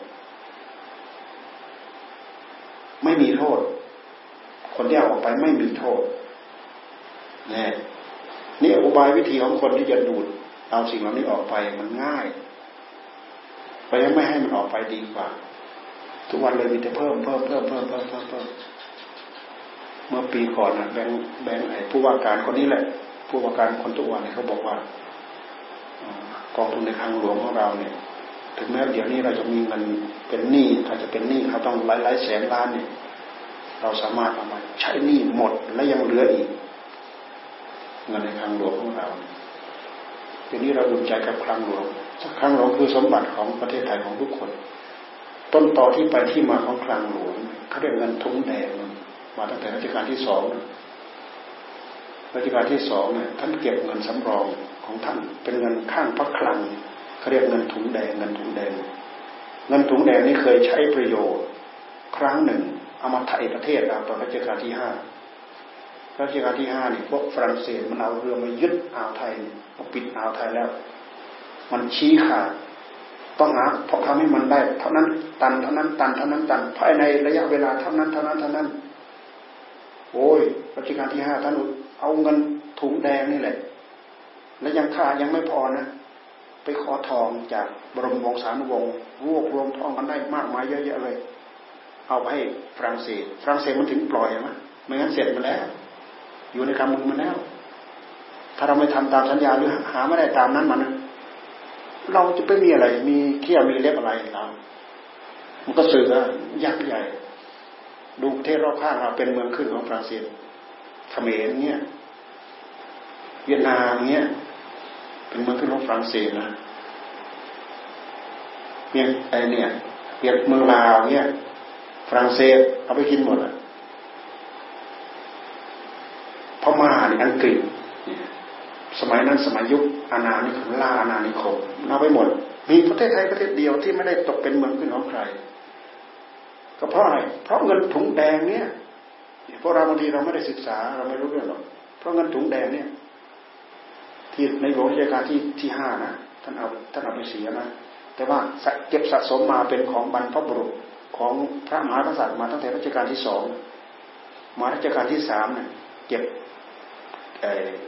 ไม่มีโทษคนที่เอาออกไปไม่มีโทษนี่นี่อุบายวิธีของคนที่จะดูดเอาสิ่งเหล่านี้ออกไปมันง่ายไปไม่ให้มันออกไปดีกว่าทุกวันเลยมีแต่เพิ่มเพิ่มเพิ่มเพิ่มเพิ่มเพิ่มเพิ่มเมื่อปีก่อนนะแบงแบงไอ้ผู้ว่าการคนนี้แหละผู้ว่าการคนทุกวันเนี่ยเขาบอกว่ากองทุนในคลังหลวงของเราเนี่ยถึงแม้เดี๋ยวนี้เราจะมีเงินเป็นหนี้ถ้าจะเป็นหนี้เขาต้องหลายหลายแสนล้านเนี่ยเราสามารถเอามาใช้หนี้หมดและยังเหลืออีกเงินในคลังหลวงของเราทีนี้เราอุ่นใจกับคลังหลวงคลังหลวงคือสมบัติของประเทศไทยของทุกคนต้นตอที่ไปที่มาของคลังหลวงเขาเรียกเงินทุนแดงมาตั้งแต่รัชกาลที่สองรัชกาลที่สองเนี่ยท่านเก็บเงินสำรองของท่านเป็นเงินข้างพระคลังเขาเรียกเงินถุงแดงเงินถุงแดงเงินถุงแดงนี่เคยใช้ประโยชน์ครั้งหนึ่งเอามาไถ่ประเทศเราตอนรัชกาลที่ห้ารัชกาลที่ห้านี่พวกฝรั่งเศสมันเอาเรือมายึดอ่าวไทยมาปิดอ่าวไทยแล้วมันชี้ขาดต้องหาเพราะทำให้มันได้เท่านั้นตันเท่านั้นตันเท่านั้นตันภายในระยะเวลาเท่านั้นเท่านั้นเท่านั้นโอ้ยรัชกาลที่ห้าท่านเอาเงินถุงแดงนี่แหละและยังค่ายังไม่พอนะไปขอทองจากบรมวงศานุวงศ์รวบรวมทองกันได้มากมายเยอะแยะเลยเอาไปให้ฝรั่งเศสฝรั่งเศสมันถึงปล่อยมั้ยไม่งั้นเสร็จมาแล้วอยู่ในกำมือมันแล้วถ้าเราไม่ทำตามสัญญาหรือหาไม่ได้ตามนั้นมันเราจะไปมีอะไรมีเขี้ยวมีเล็บอะไรเรามันก็สื่อว่ายักษ์ใหญ่ดูประเทศรอบข้างเราเป็นเมืองขึ้นของฝรั่งเศสเขมรเงี้ยเวียดนามเงี้ยเป็นเมืองขึ้นของฝรั่งเศสนะเนี่ยไอเนี่ยเวียดเมืองลาวเงี้ยฝรั่งเศสเอาไปกินหมดอ่ะพม่าเนี่ยอังกฤษสมัยนั้นสมัยยุคอาณานิคมล่าอาณานิคมเอาไปหมดมีประเทศไทยประเทศเดียวที่ไม่ได้ตกเป็นเมืองขึ้นของใครก็เพราะอะไรเพราะเงินถุงแดงเนี่ยพวกเราบางทีเราไม่ได้ศึกษาเราไม่รู้เรื่องหรอกเพราะเงินถุงแดงเนี่ยที่ในหลวงรัชกาลที่ที่ห้านะท่านเอาท่านเอาไปเสียนะแต่ว่าเก็บสะสมมาเป็นของบรรพบุรุษของพระมหากษัตริย์มาตั้งแต่รัชกาลที่สองมารัชกาลที่สามเนี่ยเก็บไอ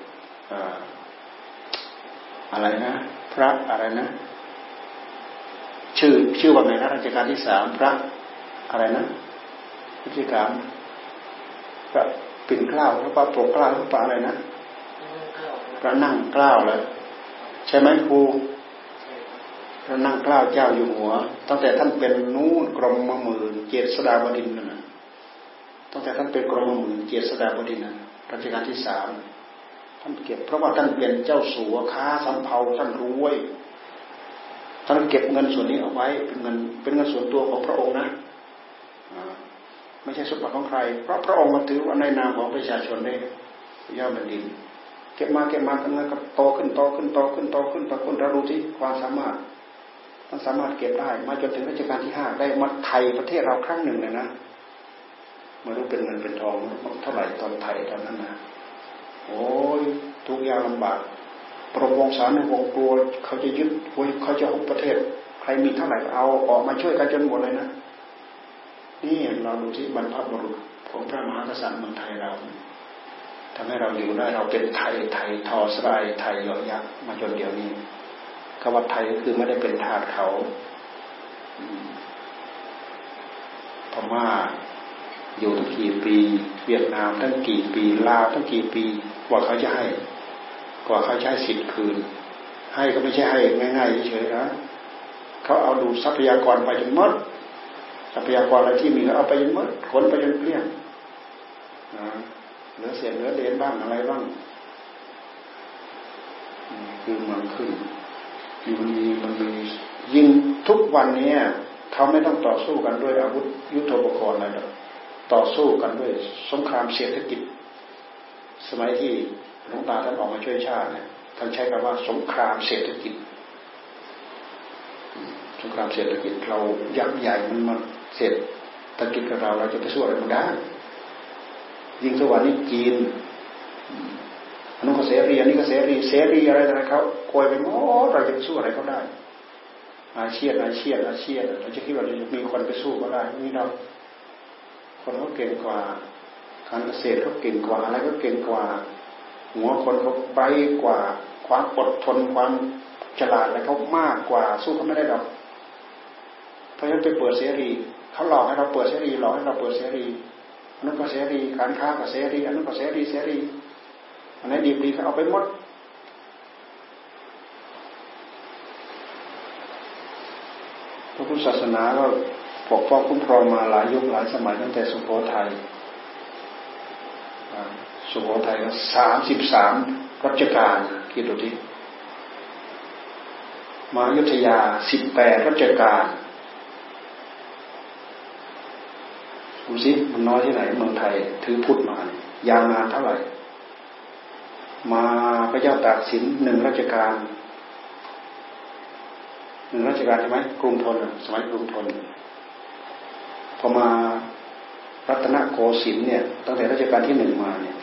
อะไรนะพระอะไรนะชื่อชื่อว่าไงนะรัชกาลที่สามพระอะไรนะรัชกาลพระปิ่นเกล้าพระปกเกล้าพระอะไรนะพระนั่งเกล้าเลยใช่ไหมครูพระนั่งเกล้าเจ้าอยู่หัวตั้งแต่ท่านเป็นนู้นกรมมหมื่นเจษฎาบดินทร์นั่นนะตั้งแต่ท่านเป็นกรมมหมื่นเจษฎาบดินทร์นั่นรัชกาลที่สามท่านเก็บเพราะว่าท่านเป็นเจ้าสัวค้าสำเภาท่านรวยท่านเก็บเงินส่วนนี้เอาไว้เป็นเงินเป็นเงินส่วนตัวของพระองค์นะไม่ใช่สมบัติของใครเพราะพระองค์มาถือว่าในนามของประชาชนได้ย่อมแผ่นดินเก็บมาเก็บมาตั้งนั้นก็โตขึ้นโตขึ้นโตขึ้นโตขึ้นต่อคนเราดูที่ความสามารถท่านสามารถเก็บได้มาจนถึงรัชกาลที่ห้าได้มาไทยประเทศเราครั้งหนึ่งเลยนะไม่รู้เป็นเงินเป็นทองเท่าไหร่ตอนไทยตอนนั้นนะโอ้ยทุกอย่างลำบากปรวงศานุวงศ์กลัวเขาจะยึดเขาจะฮุบประเทศใครมีเท่าไหร่เอาออกมาช่วยกันจนหมดเลยนะนี่เราดูที่บรรพบุรุษของพระมหากษัตริย์เมืองไทยเราทำให้เราอยู่ได้เราเป็นไทยไทยทอสลายไทยยอยักษ์มาจนเดี๋ยวนี้คำว่าไทยก็คือไม่ได้เป็นทาสเขาพม่าอยู่ตั้งกี่ปีเวียดนามตั้งกี่ปีลาวตั้งกี่ปีกว่าเขาจะให้กว่าเขาจะให้สิทธิ์คืนให้ก็ไม่ใช่ให้ง่ายๆเฉยๆนะเขาเอาดูทรัพยากรไปจนหมดทรัพยากรอะไรที่มีก็เอาไปจนหมดขนไปจนเกลี้ยงนะเหลือเศษเหลือเดนบ้างอะไรบ้างคือมันขึ้นมันมีมันมียิงทุกวันนี้เขาไม่ต้องต่อสู้กันด้วยอาวุธยุทโธปกรณ์อะไรหรอกต่อสู้กันด้วยสงครามเศรษฐกิจสมัยที่หลวงตาท่านออกมาช่วยชาติเนี่ยท่านใช้คำว่าสงครามเศรษฐกิจสงครามเศรษฐกิจเรายักษ์ใหญ่มันมาเศรษฐกิจกับเราเราจะไปสู้อะไรมันได้ยิงสวรรค์นี่จีนอันนู้นก็เสรีอันนี้ก็เสรีเสรีอะไรอะไรเขาโกยไปหมดเราจะสู้อะไรเขาได้อาเซียนอาเซียนอาเซียนเราจะคิดว่าจะมีคนไปสู้ก็ได้นี่เราคนเขาเก่งกว่าการเกษตรเขาเก่งกว่าอะไรก็เก่งกว่าหัวคนเขาไบกว่าความอดทนความฉลาดอะไรเขามากกว่าสู้เขาไม่ได้หรอกเพราะฉะนั้นไปเปิดเสรีเขาหลอกให้เราเปิดเสรีหลอกให้เราเปิดเสรีอันนั้นก็เสรีการค้าก็เสรีอันนั้นก็เสรีเสรีอันไหนดีดีก็เอาไปหมดพระพุทธศาสนาก็ปกป้องคุ้มครองมาหลายยุคหลายสมัยตั้งแต่สุโขทัยสุโขทัยก็สามสิบสามรัชกาลคิดดูดิมาอยุธยาสิบแปดรัชกาลดูสิมันน้อยที่ไหนเมืองไทยถือพุทธมายาวนานเท่าไหร่มาพระเจ้าตากสินหนึ่งรัชกาลหนึ่งรัชกาลใช่ไหมกรุงธนสมัยกรุงธนพอมารัตนโกสินทร์เนี่ยตั้งแต่รัชกาลที่หนึ่งมาเนี่ย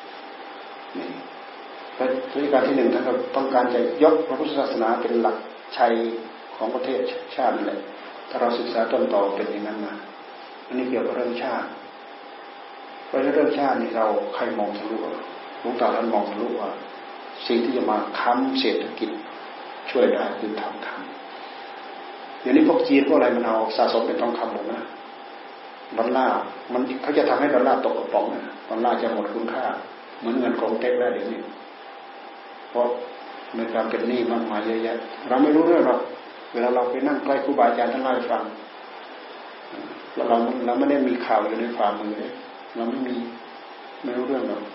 รัชกาลที่หนึ่งท่านก็ต้องการจะยกพระพุทธศาสนาเป็นหลักชัยของประเทศชาตินั่นแหละถ้าเราศึกษาต้นตอเป็นอย่างนั้นมาอันนี้เกี่ยวกับเรื่องชาติเพราะเรื่องชาตินี่เราใครมองทะลุหลวงตาท่านมองทะลุว่าสิ่งที่จะมาค้ำเศรษฐกิจช่วยได้คือทองคำเดี๋ยวนี้พวกจีนพวกอะไรมันเอาสะสมเป็นทองคำหมดนะดอลลาร์มันเขาจะทำให้ดอลลาร์ตกกระป๋องนะดอลลาร์จะหมดคุณค่าเหมือนเงินกองเต็กแล้วเดี๋ยวนี้เพราะในการเป็นหนี้มากมายเยอะแยะเราไม่รู้เรื่องหรอกเวลาเราไปนั่งใกล้ครูบาอาจารย์ท่านเล่าให้ฟังเราเราไม่ได้มีข่าวอยู่ในฝ่ามือเลยเราไม่มีไม่รู้เรื่องหรอก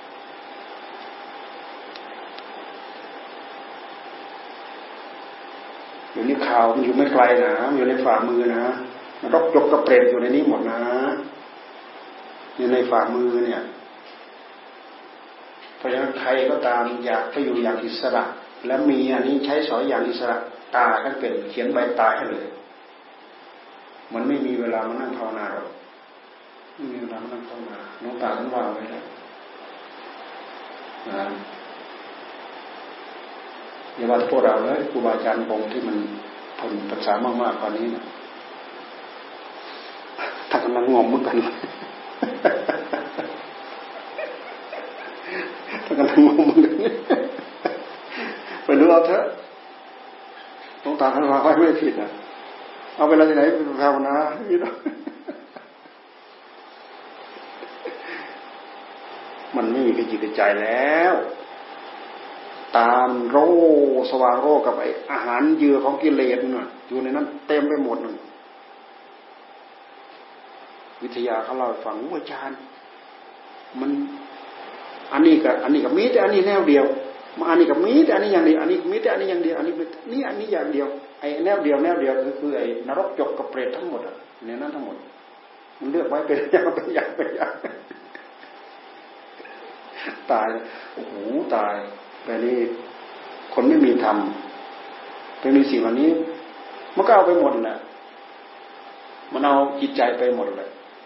อยู่ในข่าวมันอยู่ไม่ไกลนะอยู่ในฝ่ามือนะมันรกยกกระเปรตอยู่ในนี้หมดนะอยู่ในฝ่ามือเนี่ยเพราะฉะนั้นใครก็ตามอยากไปอยู่อย่างอิสระและมีอันนี้ใช้สอยอย่างอิสระตาก็เป็นเขียนใบตายให้เลยมันไม่มีเวลามานั่งภาวนาหรอกไม่มีเวลามานั่งภาวนาน้องตาท่านว่าไว้แล้วนะอย่าว่าพวกเราเลยครูบาอาจารย์องค์ที่มันทนภาษามากๆกว่านี้นะท่านกำลังงงเหมือนกันท่านกำลังงงเหมือนกันไปดูเอาเถอะน้องตาท่านว่าไว้ไม่ผิดนะเอาเวลาที่ไหนไปภาวนาไม่ได้มันไม่มีกระจิตกระใจแล้วตามโรสว่างโรกับไออาหารเหยื่อของกิเลสน่ะอยู่ในนั้นเต็มไปหมดน่ะวิทยาเขาเล่าให้ฟังว่าอาจารย์มันอันนี้กับอันนี้กับมีแต่อันนี้แนวเดียวมาอันนี้กับมีแต่อันนี้อย่างเดียวอันนี้มีแต่อันนี้อย่างเดียวอันนี้นี่อันนี้อย่างเดียวไอ้แนวเดียวแนวเดียวก็คือไอ้นรกจกกับเปรตทั้งหมดอ่ะในนั้นทั้งหมดมันเลือกไว้เป็นอย่างเป็นอย่างเป็นอย่างตายโอ้โหตายแบบนี้คนไม่มีธรรมไปมีสิ่งวันนี้มันก็เอาไปหมดแหละมันเอาจิตใจไปหมดเลย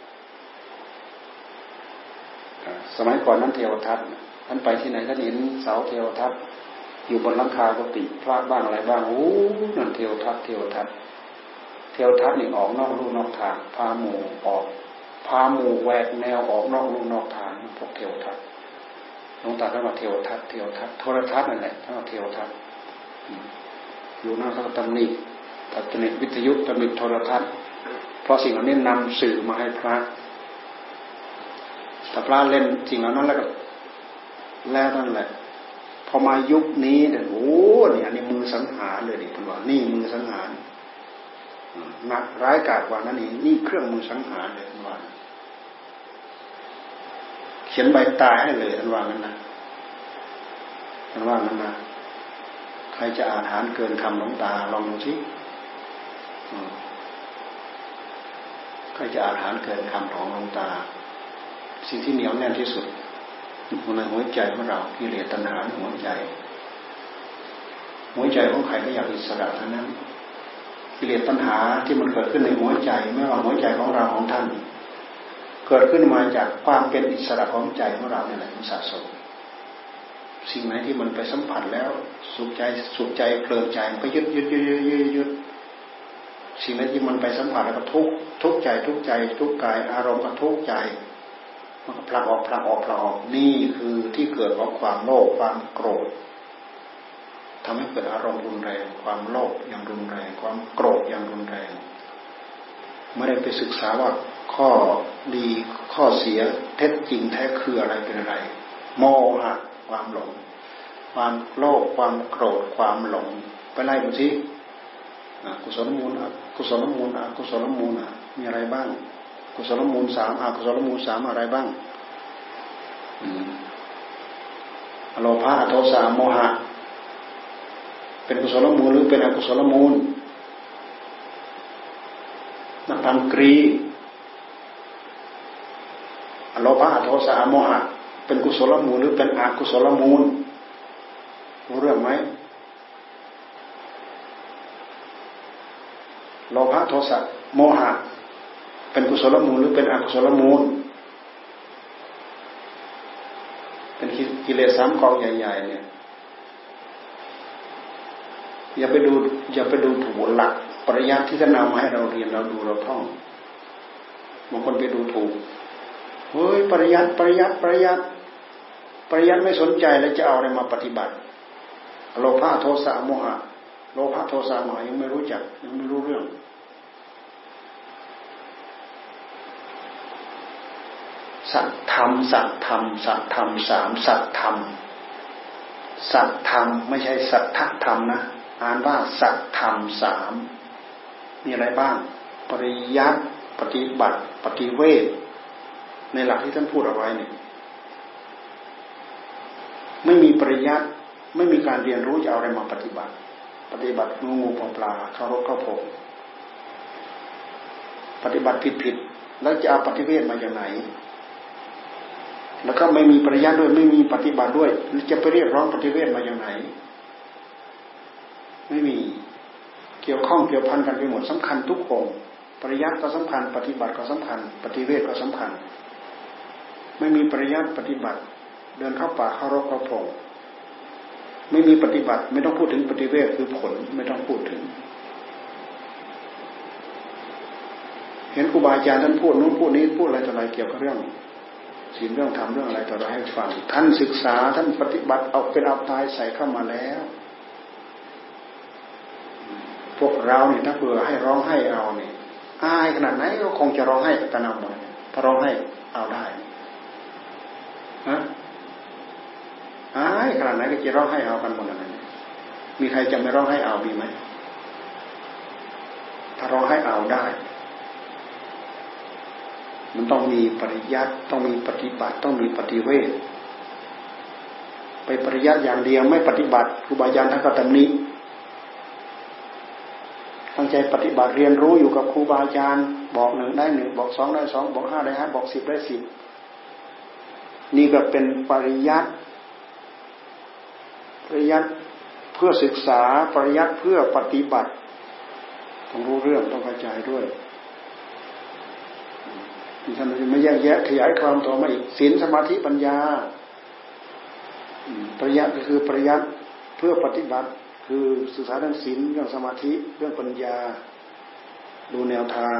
สมัยก่อนนั้นเทวทัตท่านไปที่ไหนท่านเห็นเสาเทวทัตอยู่บนหลังคากุฏิพระบ้างอะไรบ้างโอ้นั่นเทวทัตเทวทัตเทวทัตนี่ออกนอกลู่นอกทางพาหมู่ออกพาหมู่แหวกแนวออกนอกลู่นอกทางพวกเทวทัตหลวงตาท่านว่าเทวทัตเทวทัตโทรทัศน์นั่นแหละท่านว่าเทวทัตอยู่นั่นเขาตำหนิตำหนิวิทยุตำหนิโทรทัศน์เพราะสิ่งเหล่านี้นำสื่อมาให้พระถ้าพระเล่นสิ่งเหล่านั้นแล้วก็แล้วนั่นแหละพอมายุคนี้เนี่ยโอ้เนี่ยอันนี้มือสังหารเลยดิท่านว่านี่มือสังหารหนักร้ายกาจกว่านั้นนี่นี่เครื่องมือสังหารเลยท่านว่าเขียนใบตายให้เลยท่านว่างั้นนะท่านว่างั้นนะใครจะอาหารเกินคำหลวงตาลองดูสิใครจะอาหารเกินคำของหลวงตาสิ่งที่เหนียวแน่นที่สุดในหัวใจของเรากิเลสตัณหาในหัวใจหัวใจของใครก็อยากอิสระทั้งนั้นกิเลสตัณหาที่มันเกิดขึ้นในหัวใจไม่ว่าหัวใจของเราของท่านเกิดขึ้นมาจากความเป็นอิสระของใจของเราเนี่ยแหละมันสะสมสิ่งไหนที่มันไปสัมผัสแล้วสุขใจสุขใจเพลินใจมันก็ยึดยึดยึดยึดยึดยึดสิ่งไหนที่มันไปสัมผัสแล้วก็ทุกทุกใจทุกใจทุกกายอารมณ์ก็ทุกใจมันก็ผลักออกผลักออกผลักออกนี่คือที่เกิดของความโลภความโกรธทำให้เกิดอารมณ์รุนแรงความโลภอย่างรุนแรงความโกรธอย่างรุนแรงไม่ได้ไปศึกษาว่าข้อดีข้อเสียเท็จจริงแท้คืออะไรเป็นอะไรโมหะความหลงความโลภความโกรธความหลงไปไล่ดูสิกุศลมูลกุศลมูลอกุศลมูลมีอะไรบ้างกุศลมูลสามอกุศลมูลสามอะไรบ้างอโลภะอโทสะโมหะเป็นกุศลมูลหรือเป็นอกุศลมูลนักธรรมกรีอโลภะอโทสะโมหะเป็นกุศลมูลหรือเป็นอกุศลมูลรู้เรื่องไหมโลภะโทสะโมหะเป็นกุศลมูลหรือเป็นอกุศลมูลเป็นกิเลสสามกองใหญ่ๆเนี่ยอย่าไปดูอย่าไปดูถูกหลักปริยัติที่ท่านนำมาให้เราเรียนเราดูเราท่องบางคนไปดูถูกเฮ้ยปริยัติปริยัติปริยัติปริยัติไม่สนใจแล้วจะเอาอะไรมาปฏิบัติโลภะโทสะโมหะโลภะโทสะโมหะยังไม่รู้จักยังไม่รู้เรื่องสัตธรรมสัตธรรมสัตธรรมสามสัตธรรมสัตธรรมไม่ใช่สัทธธรรมนะอ่านว่าสัตธรรมสามมีอะไรบ้างปริยัติปฏิบัติปฏิเวทในหลักที่ท่านพูดเอาไว้เนี่ยไม่มีปริยัติไม่มีการเรียนรู้จะเอาอะไรมาปฏิบัติปฏิบัติงูงูปลาปลาเข้ารกเข้าพงปฏิบัติผิดผิดแล้วจะเอาปฏิเวทมาจากไหนแล้วก็ไม่มีปริยัติด้วยไม่มีปฏิบัติด้วยจะไปเรียกร้องปฏิเวทมาอย่างไหนไม่มีเกี่ยวข้องเกี่ยวพันกันไปหมดสำคัญทุกองค์ปริยัติก็สำคัญปฏิบัติก็สำคัญปฏิเวทก็สำคัญไม่มีปริยัติปฏิบัติเดินเข้าป่าเข้ารกเข้าพงไม่มีปฏิบัติไม่ต้องพูดถึงปฏิเวทคือผลไม่ต้องพูดถึงเห็นครูบาอาจารย์ท่านพูดนู้นพูดนี้พูดอะไรต่ออะไรเกี่ยวกับเรื่องศีลเรื่องธรรมเรื่องอะไรต่ออะไรให้ฟังท่านศึกษาท่านปฏิบัติเอาเป็นเอาตายใส่เข้ามาแล้วพวกเราเนี่ยถ้าเผื่อให้ร้องให้เอาเนี่ยอายขนาดไหนก็คงจะร้องให้กันเอาหมดถ้าร้องให้เอาได้ฮะอายขนาดไหนก็จะร้องให้เอากันหมดเลยมีใครจะไม่ร้องให้เอามีไหมถ้าร้องให้เอาได้มันต้องมีปริยัติต้องมีปฏิบัติต้องมีปฏิเวทไปปริยัติอย่างเดียวไม่ปฏิบัติครูบาอาจารย์ท่านก็ตำหนิตั้งใจปฏิบัติเรียนรู้อยู่กับครูบาอาจารย์บอกหนึ่งได้หนึ่งบอกสองได้สองบอกห้าได้ห้าบอกสิบได้สิบนี่ก็เป็นปริยัติปริยัติเพื่อศึกษาปริยัติเพื่อปฏิบัติต้องรู้เรื่องต้องเข้าใจด้วยท่านจะไม่แยกแยะขยายความต่อมาอีกศีลสมาธิปัญญาปริยัติก็คือปริยัติเพื่อปฏิบัติคือศึกษาเรื่องศีลเรื่องสมาธิเรื่องปัญญาดูแนวทาง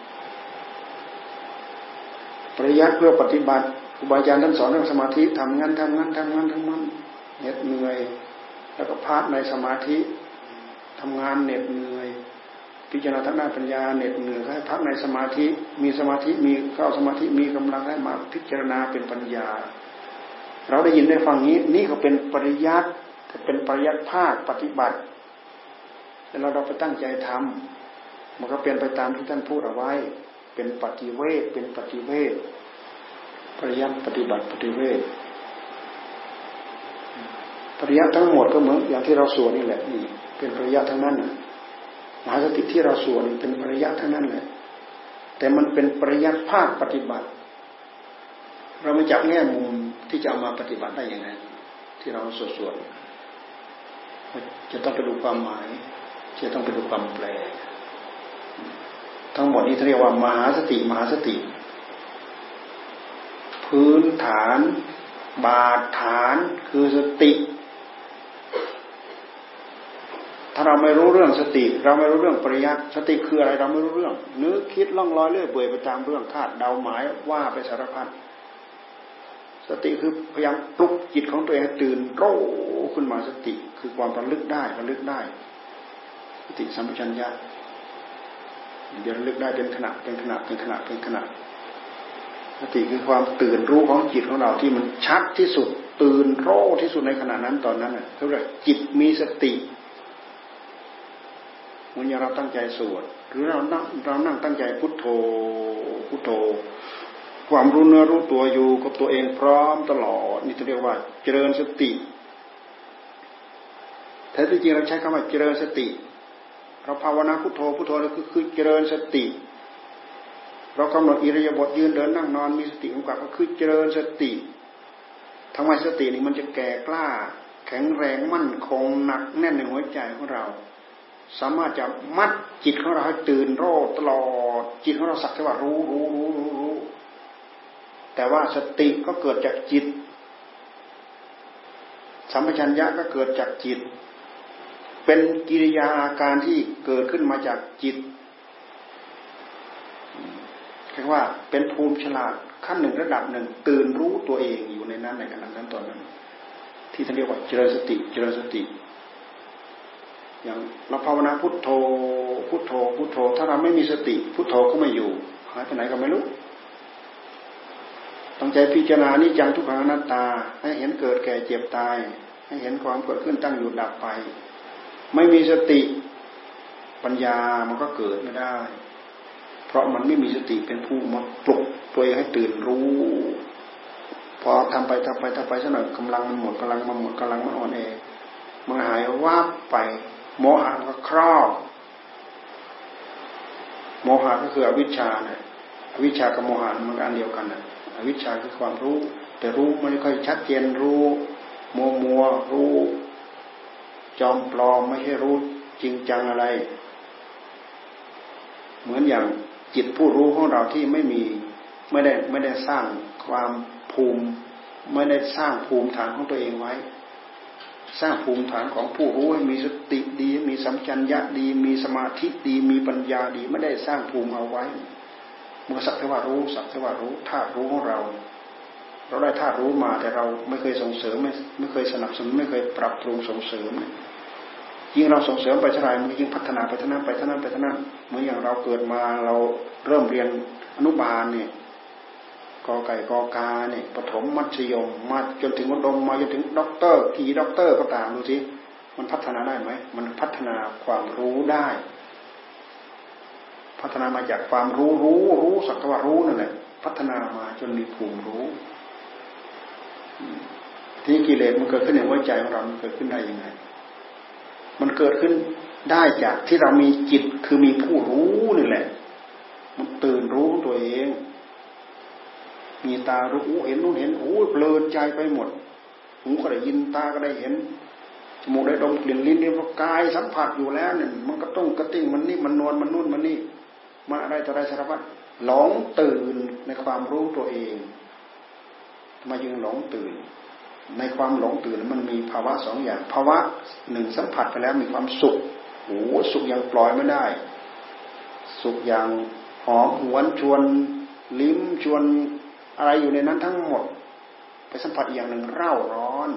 ปริยัติเพื่อปฏิบัติครูบาอาจารย์ท่านสอนเรื่องสมาธิทำงานทำงานทำงานทำงานเหน็ดเหนื่อยแล้วก็พักในสมาธิทำงานเหน็ดเหนื่อยพิจารณาทางด้านปัญญาเหน็ดเหนื่อยให้พักในสมาธิมีสมาธิมีเข้าสมาธิมีกำลังให้มาพิจารณาเป็นปัญญาเราได้ยินได้ฟังนี้นี่ก็เป็นปริยัติเป็นปริยัติภาคปฏิบัติแล้วเราไปตั้งใจทำมันก็เป็นไปตามที่ท่านพูดเอาไว้เป็นปฏิเวทเป็นปฏิเวทปริยัติปฏิบัติปฏิเวทปริยัติทั้งหมดก็เหมือนอย่างที่เราสวดนี่แหละนี่เป็นปริยัติทั้งนั้นน่ะมหาสติที่เราสวดเป็นปริยัติทั้งนั้นแหละแต่มันเป็นปริยัติภาคปฏิบัติเราไม่จับแง่มุมที่จะเอามาปฏิบัติได้ยังไงที่เราสวดสวดจะต้องไปดูความหมายจะต้องไปดูความแปลทั้งหมดนี้เรียกว่ามหาสติมหาสติพื้นฐานบาดฐานคือสติถ้าเราไม่รู้เรื่องสติเราไม่รู้เรื่องปริยัติสติคืออะไรเราไม่รู้เรื่องนึกคิดล่องลอยเรื่อยเปื่อยไปตามเรื่องคาดเดาหมายว่าไปสารพัดสติคือพยายามปลุกจิตของตัวเองให้ตื่นรู้ขึ้นมาสติคือความระลึกได้ระลึกได้สติสัมปชัญญะเดี๋ยวระลึกได้เป็นขณะเป็นขณะเป็นขณะเป็นขณะสติคือความตื่นรู้ของจิตของเราที่มันชัดที่สุดตื่นรู้ที่สุดในขณะนั้นตอนนั้นน่ะเขาเรียกจิตมีสติเหมือนอย่างเราตั้งใจสวดหรือเรานั่งเรานั่งตั้งใจพุทโธพุทโธความรู้เนื้อรู้ตัวอยู่กับตัวเองพร้อมตลอดนี่จะเรียกว่าเจริญสติแท้ที่จริงเราใช้คำว่าเจริญสติเราภาวนาพุทโธพุทโธนั่นคือคือเจริญสติเรากำหนดอิริยาบถยืนเดินนั่งนอนมีสติกำกับก็คือเจริญสติทำไมสตินี่มันจะแก่กล้าแข็งแรงมั่นคงหนักแน่นในหัวใจของเราสามารถจะมัดจิตของเราให้ตื่นรู้ตลอดจิตของเราสักแต่ว่ารู้รู้รู้รู้รู้แต่ว่าสติก็เกิดจากจิตสัมปชัญญะก็เกิดจากจิตเป็นกิริยาอาการที่เกิดขึ้นมาจากจิตเรียกว่าเป็นภูมิฉลาดขั้นหนึ่งระดับหนึ่งตื่นรู้ตัวเองอยู่ในนั้นในขณะนั้นตอนนั้นที่ท่านเรียกว่าเจริญสติเจริญสติอย่างเราภาวนาพุทโธพุทโธพุทโธถ้าเราไม่มีสติพุทโธก็ไม่อยู่หายไปไหนก็ไม่รู้ตั้งใจพิจารณานิจจังทุกขังอนัตตาให้เห็นเกิดแก่เจ็บตายให้เห็นความเกิดขึ้นตั้งอยู่ดับไปไม่มีสติปัญญามันก็เกิดไม่ได้เพราะมันไม่มีสติเป็นผู้มาปลุกตัวเองให้ตื่นรู้พอทำไปทำไปทำไปสักหน่อยกำลังมันหมดกำลังมันหมดกำลังมันอ่อนแอมันหายวับไปโมหะก็ครอบโมหะก็คืออวิชชาเนี่ยอวิชชากับโมหะมันอันเดียวกันนะอวิชชาคือความรู้แต่รู้ไม่ค่อยชัดเจนรู้มัวมัวรู้จอมปลอมไม่ใช่รู้จริงจังอะไรเหมือนอย่างจิตผู้รู้ของเราที่ไม่มีไม่ได้ไม่ได้สร้างความภูมิไม่ได้สร้างภูมิฐานของตัวเองไว้สร้างภูมิฐานของผู้รู้ให้มีสติดีมีสัมปชัญญะดีมีสมาธิดีมีปัญญาดีไม่ได้สร้างภูมิเอาไว้เมื่อสักแต่ว่ารู้สักแต่ว่ารู้ธาตุรู้ของเราเราได้ธาตุรู้มาแต่เราไม่เคยส่งเสริมไม่ไม่เคยสนับสนุนไม่เคยปรับปรุงส่งเสริมยิ่งเราส่งเสริมไปเท่าไรมันยิ่งพัฒนาไปเท่านั้นไปเท่านั้นไปเท่านั้นเหมือนอย่างเราเกิดมาเราเริ่มเรียนอนุบาลเนี่ยกอไก่กอกาเนี่ยปฐมมัธยมมาจนถึงอุดมมาจนถึงด็อกเตอร์กี่ด็อกเตอร์ก็ตามดูสิมันพัฒนาได้ไหมมันพัฒนาความรู้ได้พัฒนามาจากความรู้รู้รู้สักแต่ว่ารู้นั่นแหละพัฒนามาจนมีภูมิรู้ที่กิเลสมันเกิดขึ้นในหัวใจของเรามันเกิดขึ้นได้ยังไงมันเกิดขึ้นได้จากที่เรามีจิตคือมีผู้รู้นี่แหละมันตื่นรู้ตัวเองมีตารู้เห็นรู้เห็นโอ้เพลินใจไปหมดหูก็ได้ยินตาก็ได้เห็นจมูกได้ดมกลิ่นลิ้นได้กายสัมผัสอยู่แล้วเนี่ยมันก็ต้องกระติ้งมันนี่มันนวลมันนู่นมันนี่มาอะไรต่ออะไรสารพัดหลงตื่นในความรู้ตัวเองมายืนหลงตื่นในความหลงตื่นมันมีภาวะสองอย่างภาวะหนึ่งสัมผัสไปแล้วมีความสุขโอ้สุขยังปล่อยไม่ได้สุขอย่างหอมหวนชวนลิ้มชวนอะไรอยู่ในนั้นทั้งหมดไปสัมผัสอย่างหนึ่งเร่าร้อน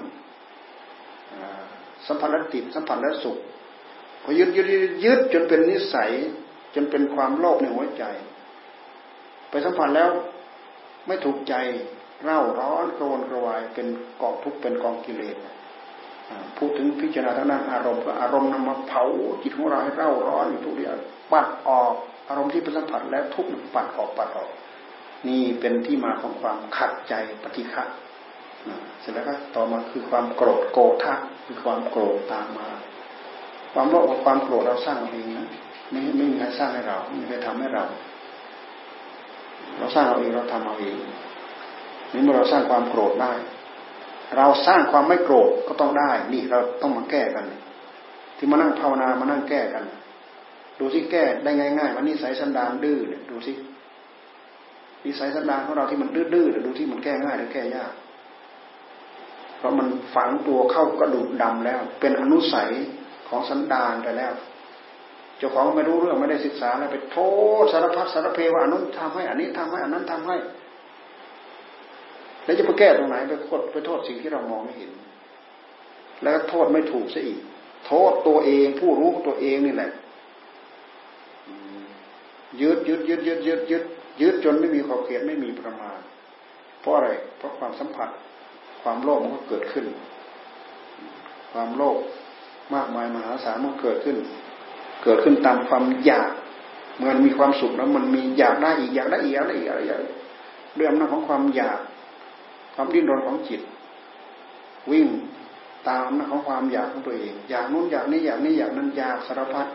สัมผัสแล้วติดสัมผัสแล้วสุขพอยึดยึดยึดจนเป็นนิสัยจนเป็นความโลภในหัวใจไปสัมผัสแล้วไม่ถูกใจเร่าร้อนกระวนกระวายเป็นกองทุกข์เป็นกองกิเลสพูดถึงพิจารณาทางด้านอารมณ์ก็อารมณ์นำมาเผาจิตของเราให้เร่าร้อนอยู่ทุกเรื่องปัดออกอารมณ์ที่เป็นสัมผัสแล้วทุกข์ปัดออกปัดออกนี่เป็นที่มาของความขัดใจปฏิฆะเสร็จแล้วก็ต่อมาคือความโกรธโกธะคือความโกรธตามมาความโลภกับความโกรธเราสร้างเองนะไม่ไม่มีใครสร้างให้เราไม่มีใครทำให้เราเราสร้างเราเองเราทำเอาเองนี่เมื่อเราสร้างความโกรธได้เราสร้างความไม่โกรธก็ต้องได้นี่เราต้องมาแก้กันที่มานั่งภาวนามานั่งแก้กันดูสิแก้ได้ง่ายๆวันนี้นิสัยสันดานดื้อเนี่ยดูสินิสัยสันดานของเราที่มันดื้อๆดูที่มันแก้ง่ายหรือแก้ยากเพราะมันฝังตัวเข้ากระดูกดำแล้วเป็นอนุสัยของสันดานไปแล้วเจ้าของไม่รู้เรื่องไม่ได้ศึกษาแล้วไปโทษสารพัดสารเพว่าอันนั้นทำให้อันนี้ทำให้อันนั้นทำให้แล้วจะไปแก้ตรงไหนไปโทษไปโทษสิ่งที่เรามองไม่เห็นแล้วโทษไม่ถูกซะอีกโทษตัวเองผู้รู้ตัวเองนี่แหละยึดยึดยึดยึดยึดยึดยึดจนไม่มีขอบเขตไม่มีประมาณเพราะอะไรเพราะความสัมผัสความโลภมันก็เกิดขึ้นความโลภมากมายมหาศาลมันเกิดขึ้นเกิดขึ้นตามความอยากเมื่อมันมีความสุขแล้วมันมีอยากได้อีกอยากได้อีกอยากได้อีกอะไรอย่างด้วยอำนาจของความอยากความดิ้นรนของจิตวิ่งตามอำนาจของความอยากของตัวเองอยากนู้นอยากนี้อยากนี้อยากนั้นอยากสารพัด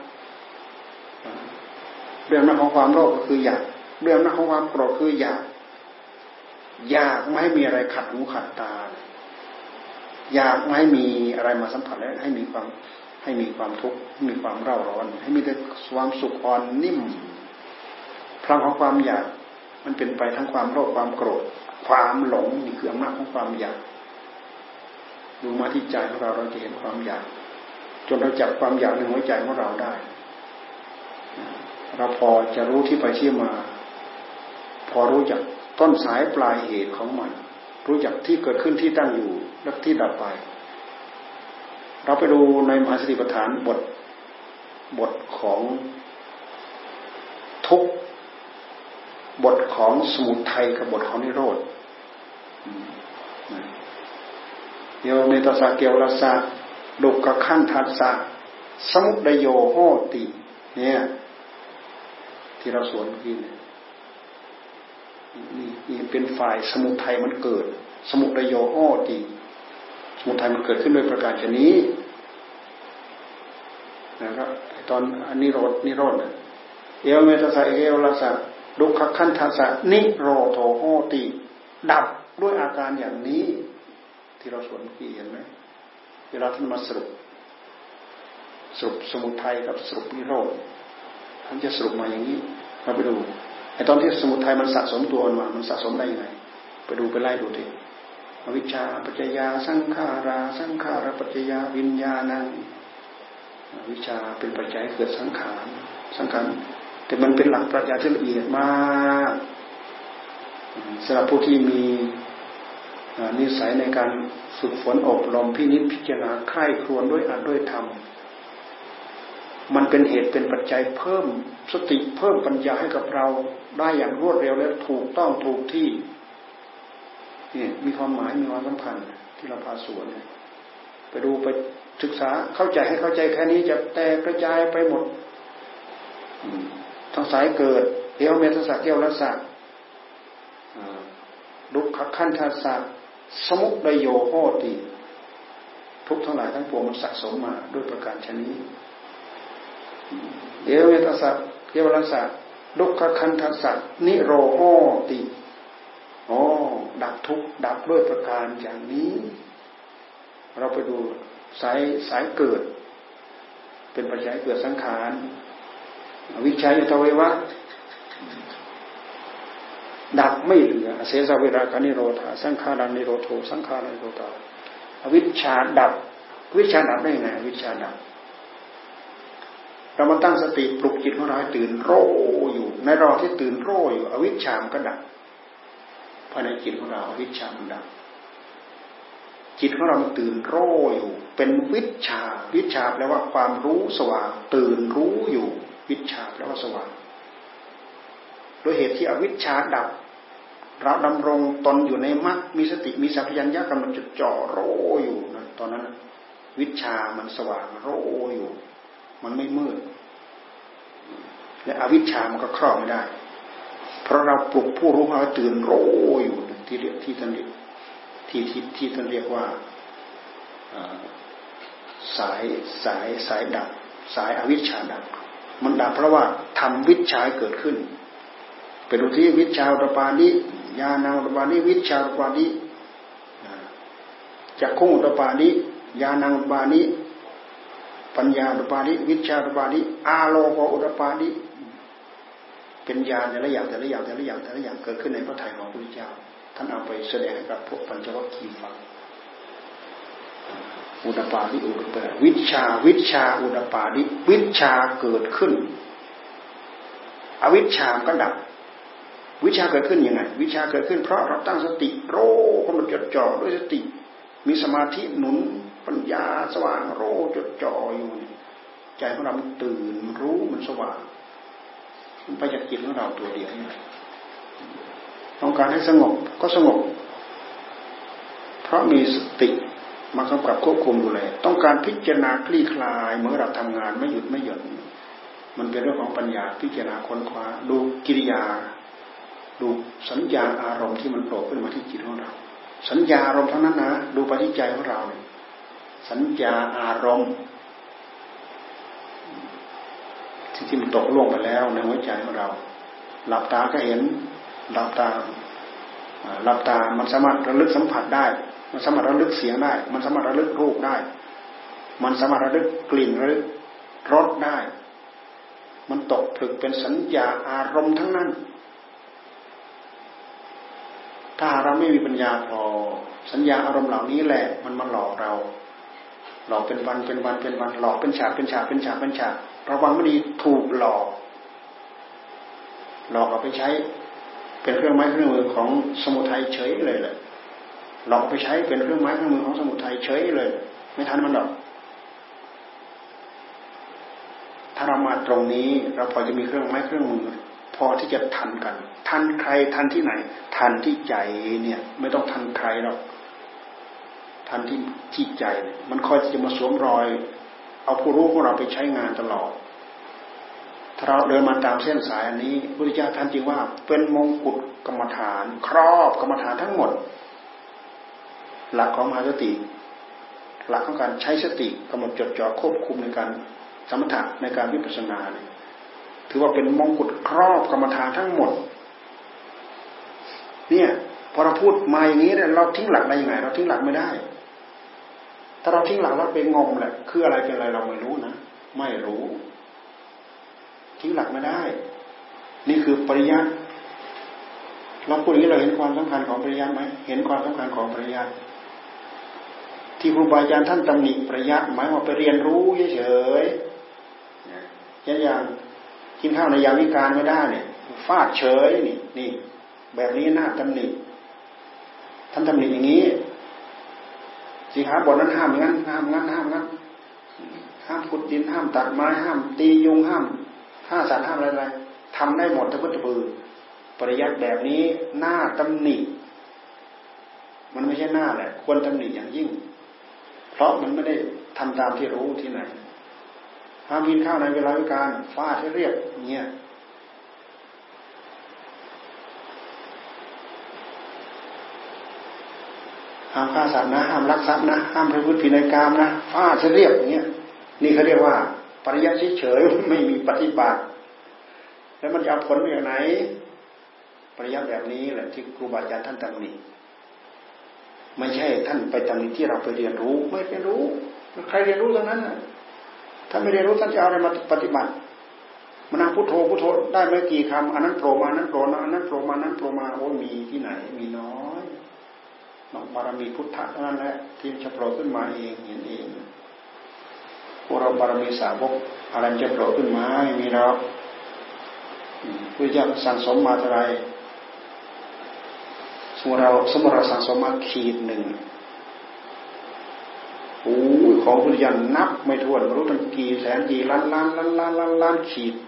ด้วยอำนาจของความโลภก็คืออยากด้วยอำนาจของความโกรธคืออยากอยากไม่ให้มีอะไรขัดหูขัดตาอยากไม่ให้มีอะไรมาสัมผัสแล้วให้มีความให้มีความทุกข์ให้มีความเร่าร้อนให้มีแต่ความสุขอ่อนนิ่มพลังของความอยากมันเป็นไปทั้งความโลภความโกรธความหลงนี่คืออำนาจของความอยากดูมาที่ใจของเราเราจะเห็นความอยากจนเราจับความอยากในหัวใจของเราได้เราพอจะรู้ที่ไปที่มาพอรู้จักต้นสายปลายเหตุของมันรู้จักที่เกิดขึ้นที่ตั้งอยู่และที่ดับไปเราไปดูในมหาสติปัฏฐานบทบทของทุกข์บทของสมุทัยกับบทของนิโรธโยเมตสาเกวรสะดุกขขันธัสสะสมุทัยโยโหติเนี่ยที่เราสวนเมื่อกี้เนี่ยนี่เป็นฝ่ายสมุทัยมันเกิดสมุทัยโยโหติสมุทัยมันเกิดขึ้นโดยประการชนี้นะครับตอนนิโรธนิโรธเอวเมตสาเอวรสะดุขขันธัสสะนิโรโธโหติดับด้วยอาการอย่างนี้ที่เราสวนเมื่อกี้เห็นไหมเวลาท่านมาสรุปสรุปสมุทัยกับสรุปนิโรธท่านจะสรุปมาอย่างนี้เราไปดูไอ้ตอนที่สมุทัยมันสะสมตัวมามันสะสมได้ยังไงไปดูไปไล่ดูทีอวิชชาปัจจยาสังขาราสังขารปัจจยาวิญญาณังอวิชชาเป็นปัจจัยเกิดสังขารสังขารแต่มันเป็นหลักปรัชญาที่ละเอียดมากสำหรับผู้ที่มีนิสัยในการฝึกฝนอบรมพินิจพิจารณาใคร่ครวญด้วยอัดด้วยธรรมมันเป็นเหตุเป็นปัจจัยเพิ่มสติเพิ่มปัญญาให้กับเราได้อย่างรวดเร็วและถูกต้องถูกที่นี่มีความหมายมีความสำคัญที่เราพาสวนไปดูไปศึกษาเข้าใจให้เข้าใจแค่นี้จะแตกกระจายไปหมดทั้งสายเกิดเอวเมตสะเกวรสะดุขขันธัสสะสมุทัยโยโหติทุกทั้งหลายทั้งปวงมันสะสมมาด้วยประการชนิดเอเวทัสสะเทวรัสสะดุขคันทัสสะนิโรโหติอ๋อดับทุกข์ดับด้วยประการอย่างนี้เราไปดูสายสายเกิดเป็นปัจจัยเกิดสังขารวิชัยตเววะดับไม่เหลือเสสะเวรากานิโรธาสังขารานิโรโธสังขารานิโรธาอวิชชาดับวิชชาดับได้ไงวิชชาดับเรามาตั้งสติปลุกจิตของเราให้ตื่นโร่อยู่ในรอที่ตื่นโร่อยู่อวิชชามันก็ดับภายในจิตของเราอวิชชามันดับจิตของเรามันตื่นโร่อยู่เป็นวิชาวิชาแปลว่าความรู้สว่างตื่นรู้อยู่วิชาแปลว่าสว่างโดยเหตุที่อวิชชาดับเราดำรงตนอยู่ในมรรคมีสติมีสัพพัญญะกำลังจดจ่อโร่อยู่นะตอนนั้นวิชามันสว่างโร่อยู่มันไม่มืดและอวิชชามันก็ครอบไม่ได้เพราะเราปลุกผู้รู้ให้ตื่นโร่อยู่ที่เรียกที่ท่านเรียกที่ที่ที่ท่านเรียกว่าสายสายสายดับสายอวิชชาดับมันดับเพราะว่าทำวิชาเกิดขึ้นเป็นอุทิวิชาอุตปาณิญาณังอุตปาณิวิชาอุตปาณิจักขุงอุตปาณิญาณังอุตปาณิปัญญาอุตปาณิวิชาอุตปาณิอาโลโกอุตปาณิเป็นญาณแต่ละอย่างแต่ละอย่างแต่ละอย่างแต่ละอย่างเกิดขึ้นในพระทัยของพระพุทธเจ้าท่านเอาไปแสดงให้กับพวกปัญจวัคคีย์ฟังอุตปาณิอุตปาณิวิชาวิชาอุตปาณิวิชาเกิดขึ้นอวิชชาก็ดับวิชาเกิดขึ้นยังไงวิชาเกิดขึ้นเพราะเราตั้งสติโร่กำหนดจดจ่อด้วยสติมีสมาธิหนุนปัญญาสว่างโร่จดจ่ออยู่ใจของเรามันตื่นรู้มันสว่างมันไปจากจิตของเราตัวเดียวนี่ต้องการให้สงบก็สงบเพราะมีสติมากำกับควบคุมดูแลต้องการพิจารณาคลี่คลายเมื่อเราทำงานไม่หยุดไม่หย่อนมันเป็นเรื่องของปัญญาพิจารณาค้นคว้าดูกิริยาดูสัญญาอารมณ์ที่มันโผล่ขึ้นมาที่จิตของเราสัญญาอารมณ์ทั้งนั้นนะดูไปที่ใจของเราเนี่ยสัญญาอารมณ์ที่ที่มันตกล่วงไปแล้วในหัวใจของเราหลับตาก็เห็นหลับตาหลับตามันสามารถระลึกสัมผัสได้มันสามารถระลึกเสียงได้มันสามารถระลึกรูปได้มันสามารถระลึกกลิ่นระลึกรสได้มันตกผลึกเป็นสัญญาอารมณ์ทั้งนั้นถ้าเราไม่มีปัญญาพอสัญญาอารมณ์เหล่านี้แหละมันมาหลอกเราหลอกเป็นวันเป็นวันเป็นวันหลอกเป็นฉากเป็นฉากเป็นฉากเป็นฉากระวังไม่ดีถูกหลอกหลอกเอาไปใช้เป็นเครื่องไม้เครื่องมือของสมุทัยเฉยเลยแหละหลอกไปใช้เป็นเครื่องไม้เครื่องมือของสมุทัยเฉยเลยไม่ทันมันหรอกถ้าเรามาตรงนี้เราพอจะมีเครื่องไม้เครื่องมือพอที่จะทันกันทันใครทันที่ไหนทันที่ใจเนี่ยไม่ต้องทันใครหรอกทันที่ที่ใจมันคอยจะมาสวมรอยเอาผู้รู้ของเราไปใช้งานตลอดถ้าเราเดินมาตามเส้นสายอันนี้พุทธเจ้าท่านจึงว่าเป็นมงกุฎกรรมฐานครอบกรรมฐานทั้งหมดหลักของมหาสติหลักของการใช้สติกำหนดจดจ่อควบคุมในการสมถะในการวิปัสสนาเนี่ยถือว่าเป็นมงกุฎครอบกรรมฐานทั้งหมดเนี่ยพอเราพูดมาอย่างนี้เนี่ยเราทิ้งหลักได้ยังไงเราทิ้งหลักไม่ได้ถ้าเราทิ้งหลักแล้วไปงมแหละคืออะไรเป็นอะไรเราไม่รู้นะไม่รู้ทิ้งหลักไม่ได้นี่คือปริยัติเราพูดอย่างนี้เราเห็นความสำคัญของปริยัติไหมเห็นความสำคัญของปริยัติที่ครูบาอาจารย์ท่านตำหนิปริยัติหมายว่าไปเรียนรู้เฉยๆอย่างอย่างกินข้าวในยามวิกาลไม่ได้เนี่ยฟาดเฉยนี่นี่แบบนี้น่าตำหนิท่านตำหนิอย่างนี้สิขาบทนั้นห้ามงั้นห้ามงั้นห้ามงั้นห้ามขุดดินห้ามตัดไม้ห้ามตียุงห้ามฆ่าสัตว์ห้ามอะไรอะไรทำได้หมดทั้งพุทธบือปริยัติแบบนี้น่าตำหนิมันไม่ใช่หน้าแหละควรตำหนิอย่างยิ่งเพราะมันไม่ได้ทำตามที่รู้ที่ไหนห้ามกินข้าวในเวลาวิกาลฟาดให้เรียบเนี่ยห้ามฆ่าสัตว์นะห้ามลักทรัพย์นะห้ามประพฤติผิดในกามนะฟาดเรียบอย่างเงี้ยนี่เขาเรียกว่าปริยัติเฉยๆไม่มีปฏิบัติแล้วมันจะเอาผลอย่างไหนปริยัติแบบนี้แหละที่ครูบาอาจารย์ท่านตำหนิไม่ใช่ท่านไปตำหนิที่เราไปเรียนรู้ไม่ไปรู้ใครเรียนรู้ตรงนั้นนะท่านไม่เรียนรู้ท่านจะเอาอะไรมาปฏิบัติมานั่งพุทโธพุทโธได้ไม่กี่คำอันนั้นโผล่มาอันนั้นโผล่มาอันนั้นโผล่มาอันนั้นโผล่มาโอ้มีที่ไหนมีน้อยบารมีพุทธะเท่านั้นแหละที่จะโผล่ขึ้นมาเองเห็นเองพวกเราบารมีสาวกอะไรจะโผล่ขึ้นมาไม่มีเราพระเจ้าสั่งสมมาเท่าไรสมมติเราสมมติเราสั่งสมมาขีดหนึ่งโอ้ยของพุทธญาณนับไม่ถ้วนไม่รู้ตั้งกี่แสนกี่ล้านล้านล้านล้านล้านล้านขีด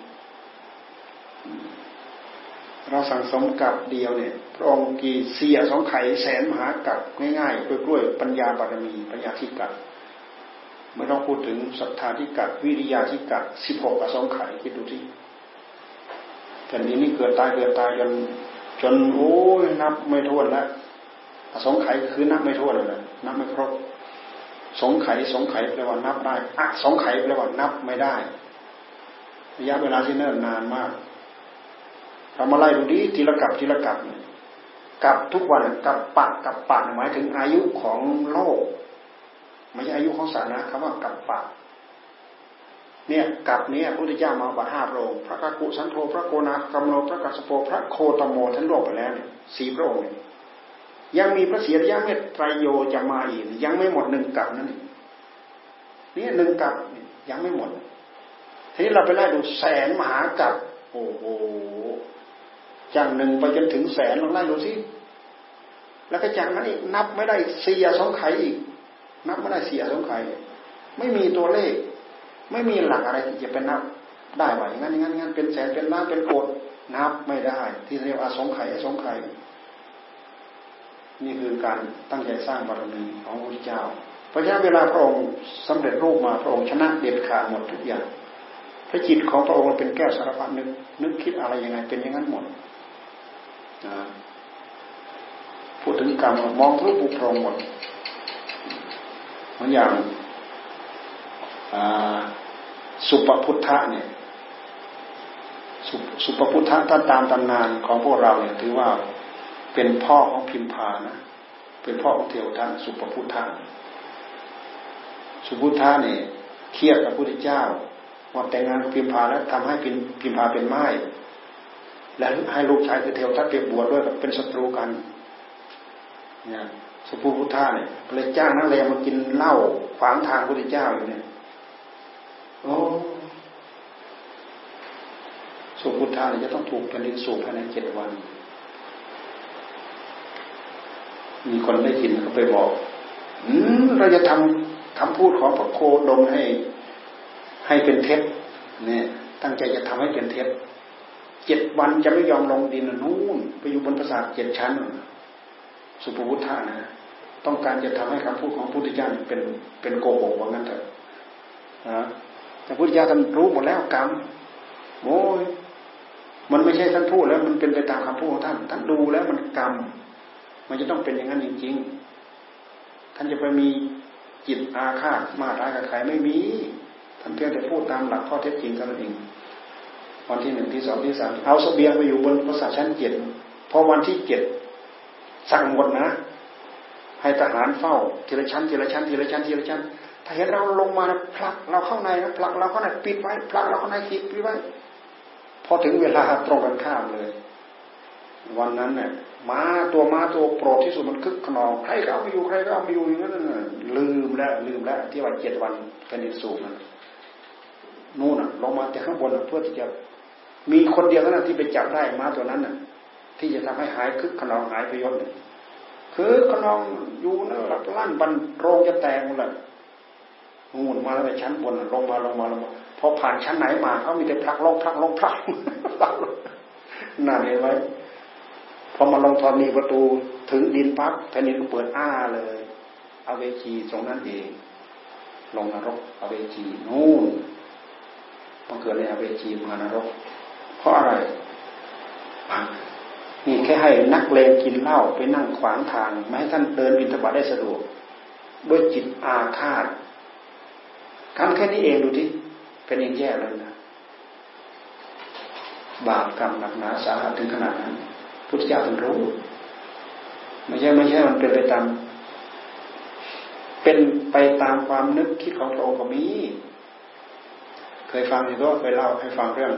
เราสั่งสมกับเดียวเนี่ยพระองค์กี่เสียสองไข่แสนมหากับง่ายๆกล้วยๆปัญญาบารมีปัญญาธิกัดไม่ต้องพูดถึงศรัทธาธิกัดวิริยาธิกัดสิบหกอสงไขยคิดดูที่แผ่นดินนี้เกิดตายเกิดตายจนจนโอ้ยนับไม่ถ้วนแล้วอสงไขยคือนับไม่ถ้วนเลยนับไม่ครบสงไขยสงไขยแปลว่านับได้อะสงไขยแปลว่านับไม่ได้ระยะเวลาที่เนิ่นนานมากเรามาไล่ดูดิทีละกับทีละกับกับทุกวันกับปะกับปะหมายถึงอายุของโลกไม่ใช่อายุของศาสนาคำว่ากับปะเนี่ยกับนี้พระพุทธเจ้ามาบัดห้าพระองค์พระกักุสันโธพระโกนาคัมโนพระกัสสโปพระโคตโมท่านล่วงไปแล้วเนี่ยสี่พระองค์ยังมีพระเสียรยะเมตไตรโยจะมาอีกยังไม่หมดหนึ่งกับนั่นนี่หนึ่งกับยังไม่หมดทีนี้เราไปไล่ดูแสนมหากับโอ้โหจากหนึ่งไปจนถึงแสนลองไล่ดูสิแล้วก็จากนั้นอีกนับไม่ได้สี่อสงไขยอีกนับไม่ได้สี่อสงไขยไม่มีตัวเลขไม่มีหลักอะไรที่จะเป็นนับได้ว่าอย่างนั้นอย่างนั้นอย่างนั้นเป็นแสนเป็นล้านเป็นโกดนับไม่ได้ที่เรียกอสงไขยอสงไขยนี่คือการตั้งใจสร้างบารมีของพระพุทธเจ้าเพราะฉะนั้นเวลาพระองค์สำเร็จรูปมาพระองค์ชนะเด็ดขาดหมดทุกอย่างพระจิตของพระองค์เป็นแก้วสารพัดนึกนึกคิดอะไรยังไงเป็นอย่างนั้นหมดพูดถึงกรรมมองทุกปุโปรงหมดเหมือนอย่างสุปพุทธะเนี่ยสุสุปพุทธะถ้าตามตำนานของพวกเราเนี่ยถือว่าเป็นพ่อของพิมพานะเป็นพ่อของเทวทัตสุปพุทธะสุปพุทธะเนี่ยเครียดกับพระพุทธเจ้าว่าแต่งงานกับพิมพาแล้วทำให้พิมพิมพาเป็นไม้และให้ลูกชายคือเทวทัตไปบวชด้วยเป็นศัตรูกันเนี่ยสุปพุทธะเนี่ยเลยจ้างนักเลงมากินเหล้าขวางทางพระพุทธเจ้าอยู่เนี่ยโอ้สุพุทธะเนี่ยจะต้องถูกแผ่นดินสูบภายในเจ็ดวันมีคนได้ยินเขาไปบอกอืมเราจะทำคำพูดของพระโคดมให้ให้เป็นเท็จเนี่ยตั้งใจจะทำให้เป็นเท็จเจ็ดวันจะไม่ยอมลงดินนู่นไปอยู่บนปราสาทเจ็ดชั้นสุปพุทธะนะต้องการจะทำให้คำพูดของพระพุทธเจ้าเป็นเป็นโกหกว่างั้นเถอะนะแต่พระพุทธเจ้าท่านรู้หมดแล้วกรรมโอ้ยมันไม่ใช่ท่านพูดแล้วมันเป็นไปตามคำพูดของท่านท่านดูแล้วมันกรรมมันจะต้องเป็นอย่างนั้นจริงๆท่านจะไปมีจิตอาฆาตมาร้ายกับใครไม่มีท่านเพียงแต่พูดตามหลักข้อเท็จจริงเท่านั้นเองวันที่หนึ่งที่สองที่สามเอาเสบียงไปอยู่บนปราสาทชั้นเจ็ดพอวันที่เจ็ดสั่งหมดนะให้ทหารเฝ้าทีละชั้นทีละชั้นทีละชั้นทีละชั้นถ้าเห็นเราลงมานะผลักเราเข้าในนะผลักเราเข้าในปิดไว้ผลักเราเข้าในขีดปิดไว้พอถึงเวลาตรงกันข้ามเลยวันนั้นเนี่ยม้าตัวม้าตัวโปรดที่สุดมันคึกขนองใครก็เอาไปอยู่ใครก็เอาไปอยู่อย่างนั้นน่ะลืมแล้วลืมแล้วที่ว่าเจ็ดวันแผ่นดินสูบนั่นนู่นน่ะลงมาจากข้างบนเพื่อที่จะมีคนเดียวเท่านั้นที่ไปจับได้ม้าตัวนั้นน่ะที่จะทำให้หายคึกขนองหายพยศเนี่ยคือขนองอยู่นั่นหลับลั่นบันโรงจะแตกหมดเลยงูนมาแล้วไปชั้นบนลงมาลงมาลงมาพอผ่านชั้นไหนมาเขามีแต่พลักลงพลักลงพลักน่าเห็นไหมพอมาลงธรณีประตูถึงดินปั๊บแผ่นดินก็เปิดอ้าเลยอเวจีตรงนั้นเองลงนรกอเวจีนู่นมันเกิดในอเวจีมานรกเพราะอะไรนี่แค่ให้นักเลงกินเหล้าไปนั่งขวางทางไม่ให้ท่านเดินบิณฑบาตได้สะดวกด้วยจิตอาฆาตทำแค่นี้เองดูที่เป็นเองแย่เลยนะบาปกรรมหนักหนาสาหัสถึงขนาดนั้นพุทธเจ้าท่านรู้ไม่ใช่ไม่ใช่มันเป็นไปตามเป็นไปตามความนึกคิดของพระองค์ก็มีเคยฟังอยู่ก็เคยเล่าให้ฟังเรื่อง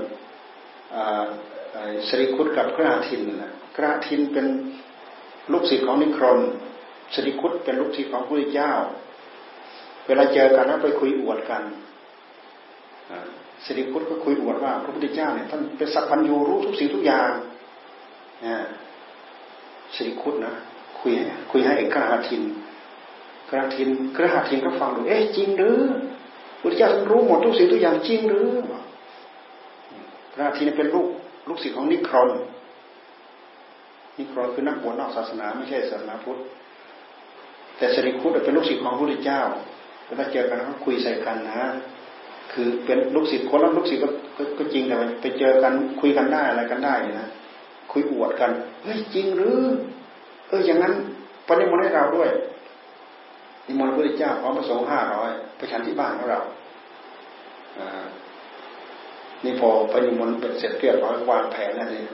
สรีคุตกับกระทินนะกระทินเป็นลูกศิษย์ของนิครนสรีคุตเป็นลูกศิษย์ของพระพุทธเจ้าเวลาเจอกันแล้วไปคุยอวดกันสรีคุตก็คุยอวดว่าพระพุทธเจ้าเนี่ยท่านเป็นสัพพัญญูรู้ทุกสิ่งทุกอย่างสรีคุตนะคุยคุยให้กระทินกระทินกระทินก็ฟังดูเอ๊ะจริงหรือพระพุทธเจ้าท่านรู้หมดทุกสิ่งทุกอย่างจริงหรือกระทินเป็นลูกลูกศิษย์ของนิครนนิครนคือนักบวชนอกศาสนาไม่ใช่ศาสนาพุทธแต่สรีคุตเป็นลูกศิษย์ของพระพุทธเจ้าเวลาเจอกันเขาคุยใส่กันนะคือเป็นลูกศิษย์คนละลูกศิษย์ก็ก็จริงแต่ไปเจอกันคุยกันได้อะไรกันได้นะคุยอวดกันเฮ้ยจริงหรือเอออย่างนั้นปฏิมนต์ให้เราด้วยนิมนต์พระพุทธเจ้าพร้อมพระสงฆ์ห้าร้อยไปฉันที่บ้านของเราอ่านี่พอไปนิมนต์เป็นเสร็จเรียบร้อยวางแผนนั่นเอง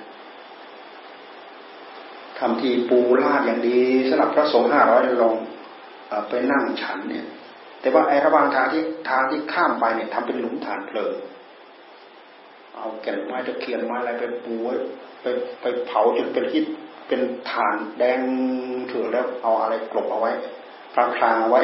ทำทีปูลาดอย่างดีสำหรับพระสงฆ์ห้าร้อยลงไปนั่งฉันเนี่ยแต่ว่าไอ้ระหว่างทางที่ทางที่ข้ามไปเนี่ยทำเป็นหลุมฐานเพลิงเอาแก่นไม้ตะเคียนไม้อะไรไปปูไว้ไปไปเผาจนเป็นฮิตเป็นฐานแดงเถื่อนแล้วเอาอะไรกลบเอาไว้พรางพรางเอาไว้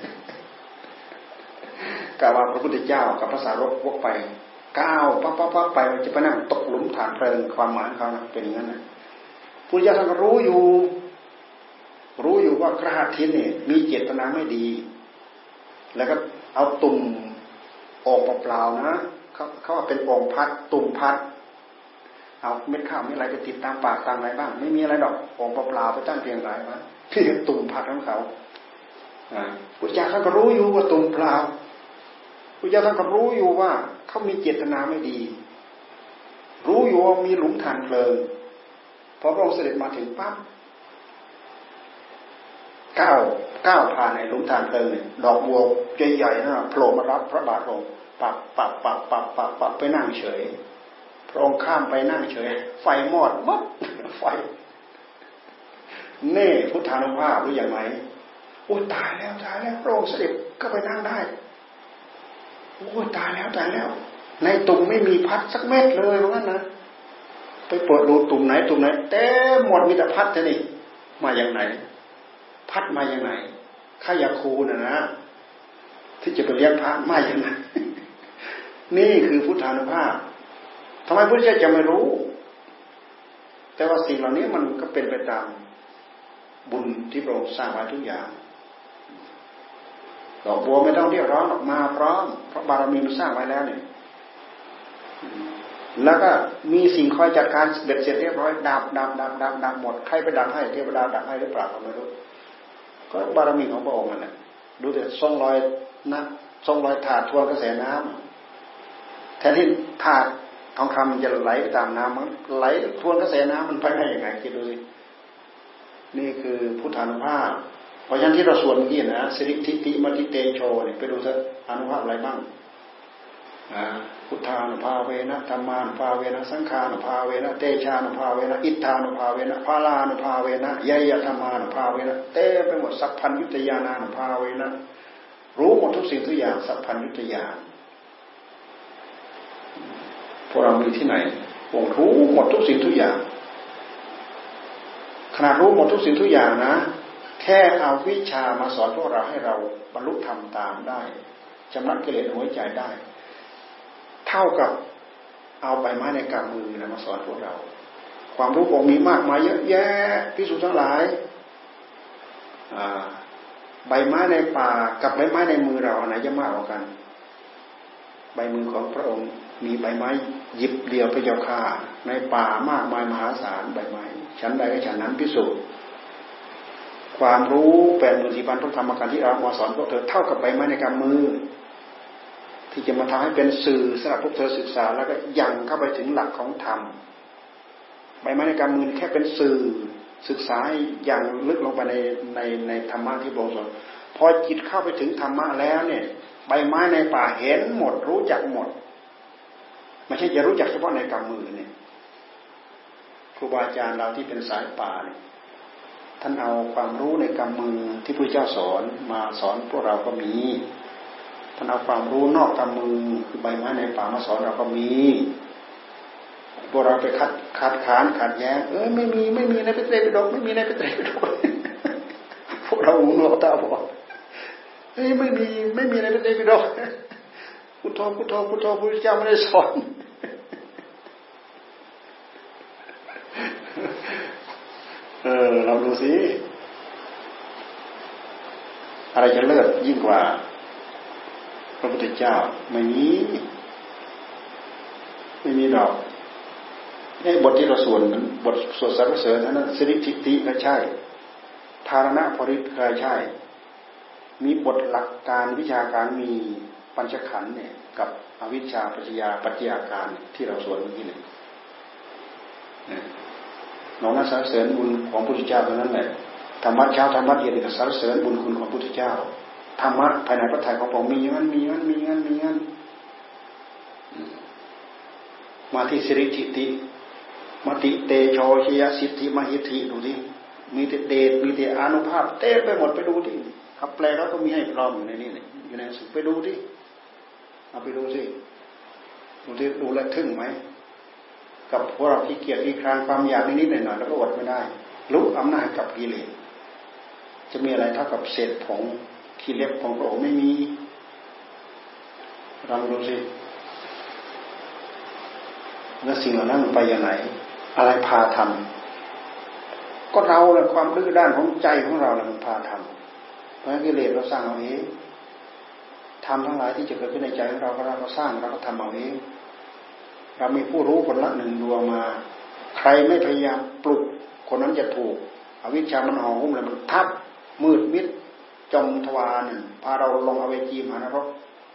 กล่าวว่าพระพุทธเจ้ากับพระสาวกวกไปก้าวปั๊บปั๊บปั๊บไปจะไปนั่งตกหลุมฐานเพลิงความหมายเขานะเป็นอย่างนั้นนะพุทธเจ้าท่านรู้อยู่รู้อยู่ว่ากระหัตถินเนี่ยมีเจตนาไม่ดีแล้วก็เอาตุ่มออกเปล่าๆนะเขาเขาว่าเป็นองค์พัดตุ่มพัดเอาเม็ดข้าวเม็ดอะไรไปติดตามปากตามอะไรบ้างไม่มีอะไรดอกองค์เปล่าๆไปตั้งเพียงไรวะที่ตุ่มพัดของเขาพุทธเจ้าท่านก็รู้อยู่ว่าตุ่มเปล่าพุทธเจ้าท่านก็รู้อยู่ว่าเขามีเจตนาไม่ดีรู้อยู่ว่ามีหลุมฐานเพลิงพอพระองค์เสด็จมาถึงปั๊บก้าวก้าวผ่านในหลุมฐานเพลิงเนี่ยดอกบัวใหญ่ๆนั่นโผล่มารับพระบาทองค์ปับปับปับปับปับปับไปนั่งเฉยพระองค์ข้ามไปนั่งเฉยไฟมอดมัดไฟเน่พุทธานุภาพหรืออย่างไรโอ้ตายแล้วตายแล้วพระองค์เสด็จก็ไปนั่งได้โอ้ตายแล้วตายแล้วในตุ่มไม่มีพัดสักเม็ดเลยเพราะงั้นนะไปเปิดดูตุ่มไหนตุ่มไหนเต็มหมดมีแต่พัดเท่านี้มาอย่างไหนพัดมาอย่างไรข้ายาคูน่ะนะที่จะไปเลี้ยงพระมาอย่างไรนี่คือพุทธานุภาพทำไมพุทธเจ้าจะไม่รู้แต่ว่าสิ่งเหล่านี้มันก็เป็นไปตามบุญที่พระองค์สร้างไว้ทุกอย่างดอกบัวไม่ต้องเรียกร้องออกมาพร้อมเพราะบารมีมันสร้างไว้แล้วเนี่ยแล้วก็มีสิ่งคอยจัดการเบ็ดเสร็จเรียบร้อยดับดับดับดับดับหมดใครไปดับให้เทวดาดับให้หรือเปล่าก็ไม่รู้ก็บารมีของพระองค์นั่นแหละดูแต่ทรงลอยนักทรงลอยถาดทวนกระแสน้ำแทนที่ถาดทองคำจะไหลไปตามน้ำมันไหลทวนกระแสน้ำมันไปได้ยังไงคิดดูสินี่คือพุทธานุภาพเพราะฉะนั้นที่เราสวดเมื่อกี้นะสิริทิติมติเตโชเนี่ยไปดูซะอนุภาพอะไรบ้างพุทธานุภาเวนะธรรมานุภาเวนะสังฆานุภาเวนะเตชานุภาเวนะอิทธานุภาเวนะพาลานุภาเวนะยยธรรมานุภาเวนะเต้ไปหมดสัพพัญญุตยานานุภาเวนะรู้หมดทุกสิ่งทุกอย่างสัพพัญญุตยานพวกเรามีที่ไหนวงรู้หมดทุกสิ่งทุกอย่างขนาดรู้หมดทุกสิ่งทุกอย่างนะแค่เอาวิชามาสอนพวกเราให้เราบรรลุธรรมตามได้ชำระกิเลสหัวใจได้เท่ากับเอาใบไม้ในกำมือนะมาสอนพวกเราความรู้องค์มีมากมายเยอะแยะภิกษุทั้งหลายใบไม้ในป่ากับใบไม้ในมือเราไหนจะมากกว่ากันใบมือของพระองค์มีใบไม้หยิบเดียวพระเจ้าค่าในป่ามากมายมหาศาลใบไม้ชั้นใดก็ชั้นนั้นภิกษุความรู้แปดหมื่นสี่พันพระธรรมขันธ์ที่เรามาสอนพวกเธอเท่ากับใบไม้ในกำมือที่จะมาทำให้เป็นสื่อสำหรับพวกเธอศึกษาแล้วก็ยังเข้าไปถึงหลักของธรรมใบไม้ในกำมือแค่เป็นสื่อศึกษาอย่างลึกลงไปในในในธรรมะที่พระองค์สอนพอจิตเข้าไปถึงธรรมะแล้วเนี่ยใบไม้ในป่าเห็นหมดรู้จักหมดไม่ใช่จะรู้จักเฉพาะในกำมือเนี่ยครูบาอาจารย์เราที่เป็นสายป่าเนี่ยท่านเอาความรู้ในกำมือที่พระเจ้าสอนมาสอนพวกเราก็มีท่านเอาความรู้นอกกำมือคือใบไม้ในป่ามาสอนเราก็มีพวกเราไปคัดคัดค้านขัดแย้งเอ้ยไม่มีไม่มีในพระไตรปิฎกไม่มีในพระไตรปิฎกพวกเราหูหนวกตาบอดเฮ้ยไม่มีไม่มีในพระไตรปิฎกพุทโธพุทโธพุทโธพระพุทธเจ้าไม่ได้สอนเออเราดูสิอะไรจะเลิศยิ่งกว่าพระพุทธเจ้าไม่มีไม่มีดอกไอ้บทที่เราสวดบทสวดสรรเสริญนั้นสิริทิฏฐิก็ใช่ธารณะภริตก็ใช่มีบทหลักการวิชาการมีปัญจขันธ์เนี่ยกับอวิชชาปัจจยาปัจจัยการที่เราสวดเมื่อกี้เนี่ยน้องนั้นสรรเสริญบุญของพระพุทธเจ้าเท่านั้นแหละธรรมะเช้าธรรมะเย็นก็สรรเสริญบุญคุณของพระพุทธเจ้าธรรมะภายในพระทัยของพระองค์มีอย่างนั้นมีอย่างนั้นมีอย่างนั้นมีอย่างนั้นมาที่สิริทิฏฐิมติเตโชชยสิทธิมหิทธิดูดิมีแต่เดชมีแต่อานุภาพเต็มไปหมดไปดูดิขับแปลแล้วก็มีให้พร้อมอยู่ในนี้เนี่ยอยู่ในหนังสือไปดูดิเอาไปดูสิดูที่ดูแล้วทึ่งไหมกับพวกเราที่เกียจที่คลานความอยากนิดๆหน่อยๆแล้วก็อดไม่ได้รู้อำนาจกับกิเลสจะมีอะไรเท่ากับเศษผงขี้เล็บของพระองค์ไม่มีลองดูสิแล้วสิ่งเหล่านั้นมันไปอย่างไหนอะไรพาทำก็เราแหละความดื้อด้านของใจของเราแหละมันพาทำเพราะกิเลสเราสร้างเอาเองทำทั้งหลายที่จะเกิดขึ้นในใจของเราก็เราก็สร้างเราก็ทำเอาเองเรามีผู้รู้คนละหนึ่งดวงมาใครไม่พยายามปลุกคนนั้นจะถูกอวิชชามันห่อหุ้มเลยมันทับมืดมิดจมทวารพาเราลงอเวจีมหานรก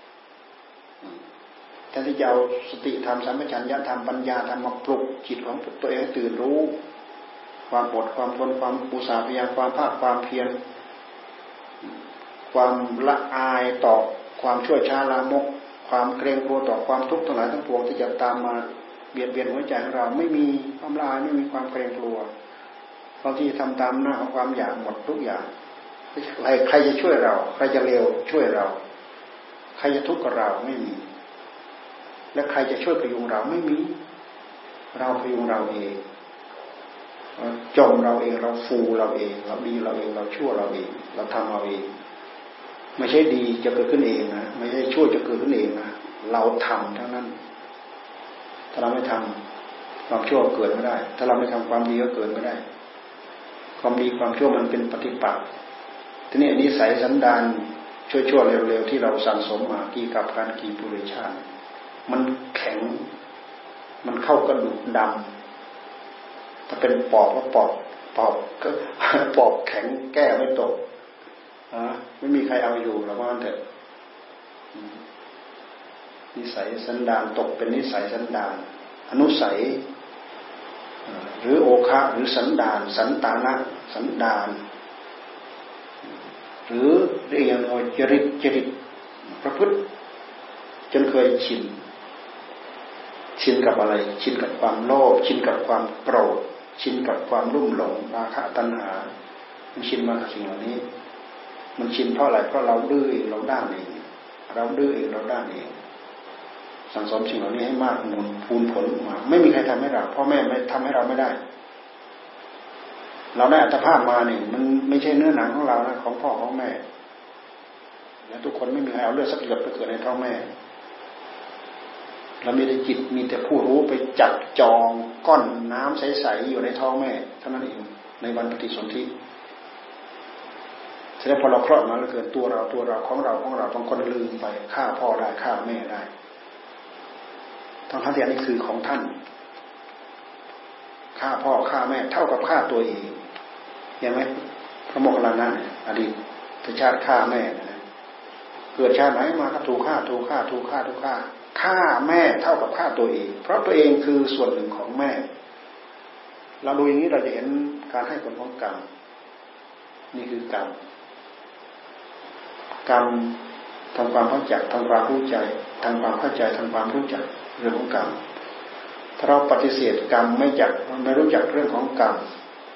แทนที่จะเอาสติธรรมสัมปชัญญะธรรมปัญญาธรรมมาปลุกจิตของตัวเองให้ตื่นรู้ความอดความทนความอุตสาหะพยายามความภาคความเพียรความละอายต่อความชั่วช้าละมกความเกรงกลัวต่อความทุกข์ทั้งหลายทั้งปวงที่จะตามมาเบียดเบียนหัวใจของเราไม่มีความละอายไม่มีความเกรงกลัวบางทีทำตามหน้าของความอยากหมดทุกอย่างใครใครจะช่วยเราใครจะเลวช่วยเราใครจะทุกข์กับเราไม่มีและใครจะช่วยพยุงเราไม่มีเราพยุงเราเองจมเราเองเราฟูเราเองเราดีเราเองเราชั่วเราเองเราทำเราเองไม่ใช่ดีจะเกิดขึ้นเองนะไม่ใช่ชั่วจะเกิดขึ้นเองนะเราทำทั้งนั้นถ้าเราไม่ทำความชั่วเกิดไม่ได้ถ้าเราไม่ทำความดีก็เกิดไม่ได้ความดีความชั่วมันเป็นปฏิปักษ์ทีนี้นิสัยสันดานชั่วๆเร็วๆที่เราสั่งสมมากี่กับการกี่ปุริชาติมันแข็งมันเข้ากระดูกดำถ้าเป็นปอบก็ปอบปอบก็ปอบแข็งแก้ไม่ตกอ่ะไม่มีใครเอาอยู่หรอกว่างั้นเถอะนิสัยสันดานตกเป็นนิสัยสันดานอนุสัยหรือโอคะหรือสันดานสันตานะสันดานหรือเรียกอย่างว่าจริตจริตประพฤติจนเคยชินชินกับอะไรชินกับความโลภชินกับความโกรธชินกับความรุ่มหลงราคะตัณหามันชินมากับสิ่งเหล่านี้มันชินเพราะอะไรเพราะเราดื้อเราด้านเองเราดื้อเองเราด้านเองสั่งสมสิ่งเหล่านี้ให้มากมูลพูนผลมาไม่มีใครทำให้เราพ่อแม่ไม่ทำให้เราไม่ได้เราได้อัตภาพมาเนี่ยมันไม่ใช่เนื้อหนังของเรานะของพ่อของแม่และทุกคนไม่มีใครเอาเลือดสักหยดไปเกิดในท้องแม่เรามีแต่จิตมีแต่ผู้รู้ไปจับจองก้อนน้ำใสๆอยู่ในท้องแม่เท่านั้นเองในวันปฏิสนธิแสดงพอเราคลอดมาแล้วเกิดตัวเราตัวเราของเราของเราบางคนลืมไปฆ่าพ่อได้ฆ่าแม่ได้ทั้งทั้งที่อันนี้คือของท่านฆ่าพ่อฆ่าแม่เท่ากับฆ่าตัวเองเห็นไหมพระโมคคัลลานะอดีตชาติฆ่าแม่นะเกิดชาติไหนมาก็ถูกฆ่าถูกฆ่าถูกฆ่าถูกฆ่าฆ่าแม่เท่ากับฆ่าตัวเองเพราะตัวเองคือส่วนหนึ่งของแม่เราดูอย่างนี้เราจะเห็นการให้ผลของกรรมนี่คือกรรมกรรมทำความเข้าใจทำความรู้ใจทำความเข้าใจทำความรู้จักเรื่องของกรรมถ้าเราปฏิเสธกรรมไม่จักไม่รู้จักเรื่องของกรรม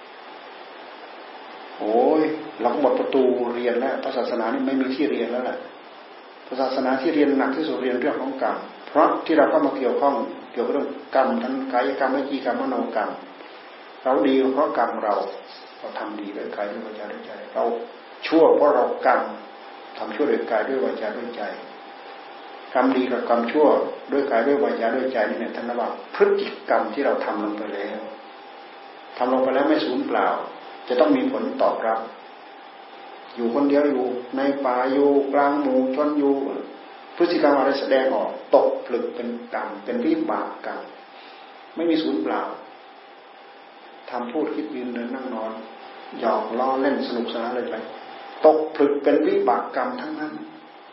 โอ้ยเราก็หมดประตูเรียนแล้วศาสนานี่ไม่มีที่เรียนแล้วแหละศาสนาที่เรียนหนักที่สุดเรียนเรื่องของกรรมเพราะที่เราเข้ามาเกี่ยวข้องเกี่ยวกับเรื่องกรรมทั้งกายกรรมวิจีกรรมมโนกรรมเราดีเพราะกรรมเราเราทำดีด้วยกายด้วยวาจาด้วยใจเราชั่วเพราะเรากรรมทำชั่วด้วยกายด้วยวาจาด้วยใจกรรมดีกับกรรมชั่วด้วยกายด้วยวาจาด้วยใจนี่เนี่ยท่านเรียกว่าพฤติกรรมที่เราทำลงไปแล้วทำลงไปแล้วไม่สูญเปล่าจะต้องมีผลตอบรับอยู่คนเดียวอยู่ในป่าอยู่กลางหมู่ชนอยู่พฤติกรรมอะไรแสดงออกตกผลึกเป็นกรรมเป็นวิบากกรรมไม่มีสูญเปล่าทำพูดคิดยืนเดินนั่งนอนหยอกล้อเล่นสนุกสนานอะไรไปตกผลึกเป็นวิบากกรรมทั้งนั้น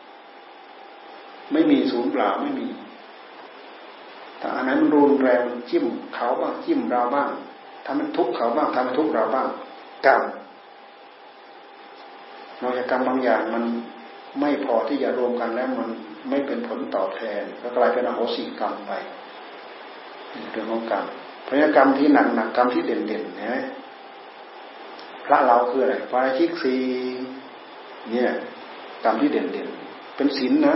ไม่มีสูญเปล่าไม่มีถ้าอันนั้นมันรุนแรงจิ้มเขาบ้างจิ้มเราบ้างทำมันทุกข์เขาบ้างทำมันทุกข์เราบ้างกรรมนอกจากกรรมบางอย่างมันไม่พอที่จะรวมกันแล้วมันไม่เป็นผลตอบแทนก็กลายเป็นอโหสิกรรมไปเรื่องของกรรมเพราะฉะนั้นกรรมที่หนักหนักกรรมที่เด่นเด่นนะพระเราคืออะไรปาราชิกสี่เนี่ยกรรมที่เด่นเด่นเป็นศีลนะ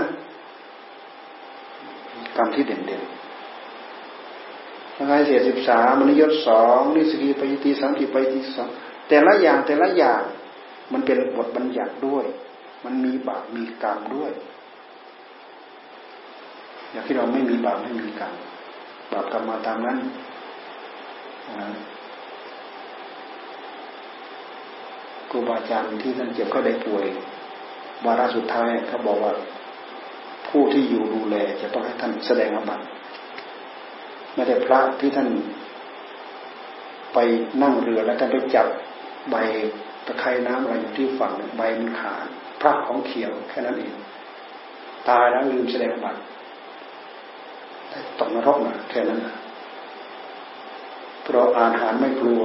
กรรมที่เด่นเด่นทั้งไงเสียสิบสามมนุยศสองนิสกีปยิติสังกิปยิติสองแต่ละอย่างแต่ละอย่างมันเป็นบทบัญญัติด้วยมันมีบาปมีกรรมด้วยอย่างที่เราไม่มีบาปไม่มีกรรมบาปกรรมมาตามนั้นครูบาอาจารย์ที่ท่านเจ็บก็ได้ป่วยวาระสุดท้ายเขาบอกว่าผู้ที่อยู่ดูแลจะต้องให้ท่านแสดงอาบัติไม่ได้พระที่ท่านไปนั่งเรือแล้วท่านไปจับใบตะไคร่น้ำอะไรอยู่ที่ฝั่งใบมันขาดพระของเขียวแค่นั้นเองตายแล้วลืมแสดงอาบัติตกนรกนะแค่นั้นนะเพราะอาหารไม่กลัว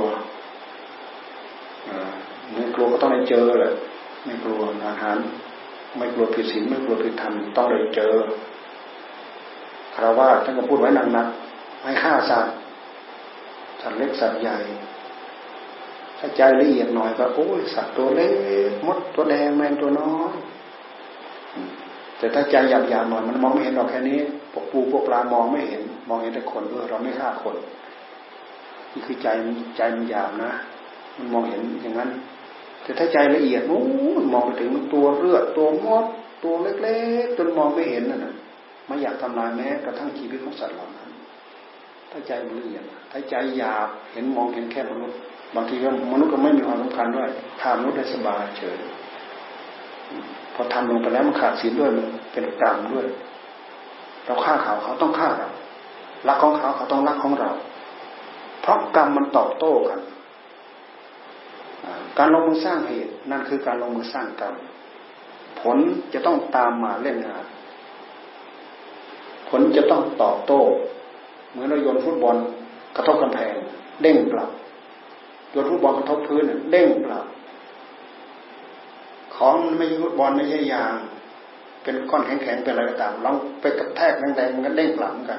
ไม่กลัวก็ต้องได้เจอแหละไม่กลัวอาหารไม่กลัวผิดศีลไม่กลัวผิดธรรมต้องได้เจอคารวะท่านก็พูดไว้หนักๆให้ฆ่าสัตว์สัตว์เล็กสัตว์ใหญ่ถ้าใจละเอียดหน่อยก็โอ้ยสัตว์ตัวเล็กมดตัวแดงแมงตัวน้อยแต่ถ้าใจหยาบๆหน่อยมันมองไม่เห็นหรอกแค่นี้พวกปูพวกปลามองไม่เห็นมองเห็นแต่คนเออเราไม่ฆ่าคนนี่คือใจใจมันหยาบนะมันมองเห็นอย่างนั้นแต่ถ้าใจละเอียดนู้นมองไปถึงตัวเลือดตัวมดตัวเล็กๆจนมองไม่เห็นนั่นน่ะไม่อยากทำลายแม้กระทั่งชีวิตของสัตว์เหล่านั้นถ้าใจมันละเอียดถ้าใจหยาบเห็นมองเห็นแค่มนุษย์บางทีก็มนุษย์ก็ไม่มีความสำคัญด้วยทำมนุษย์ได้สบายเฉยพอทำลงไปแล้วมันขาดศีลด้วยมันเป็นกรรมด้วยเราฆ่าเขาเขาต้องฆ่าเรารักของเขาเขาต้องรักของเราเพราะกรรมมันตอบโต้กันการลงมือสร้างเหตุนั่นคือการลงมือสร้างกรรมผลจะต้องตามมาเล่นงานผลจะต้องตอบโต้เหมือนเราโยนฟุตบอลกระทบกำแพงเด้งกลับโยนฟุตบอลกระทบพื้นเด้งกลับของไม่ใช่ฟุตบอลไม่ใช่ยางเป็นก้อนแข็งๆเป็นอะไรก็ตามลองไปกระแทกแรงๆมันก็เด้งกลับเหมือนกัน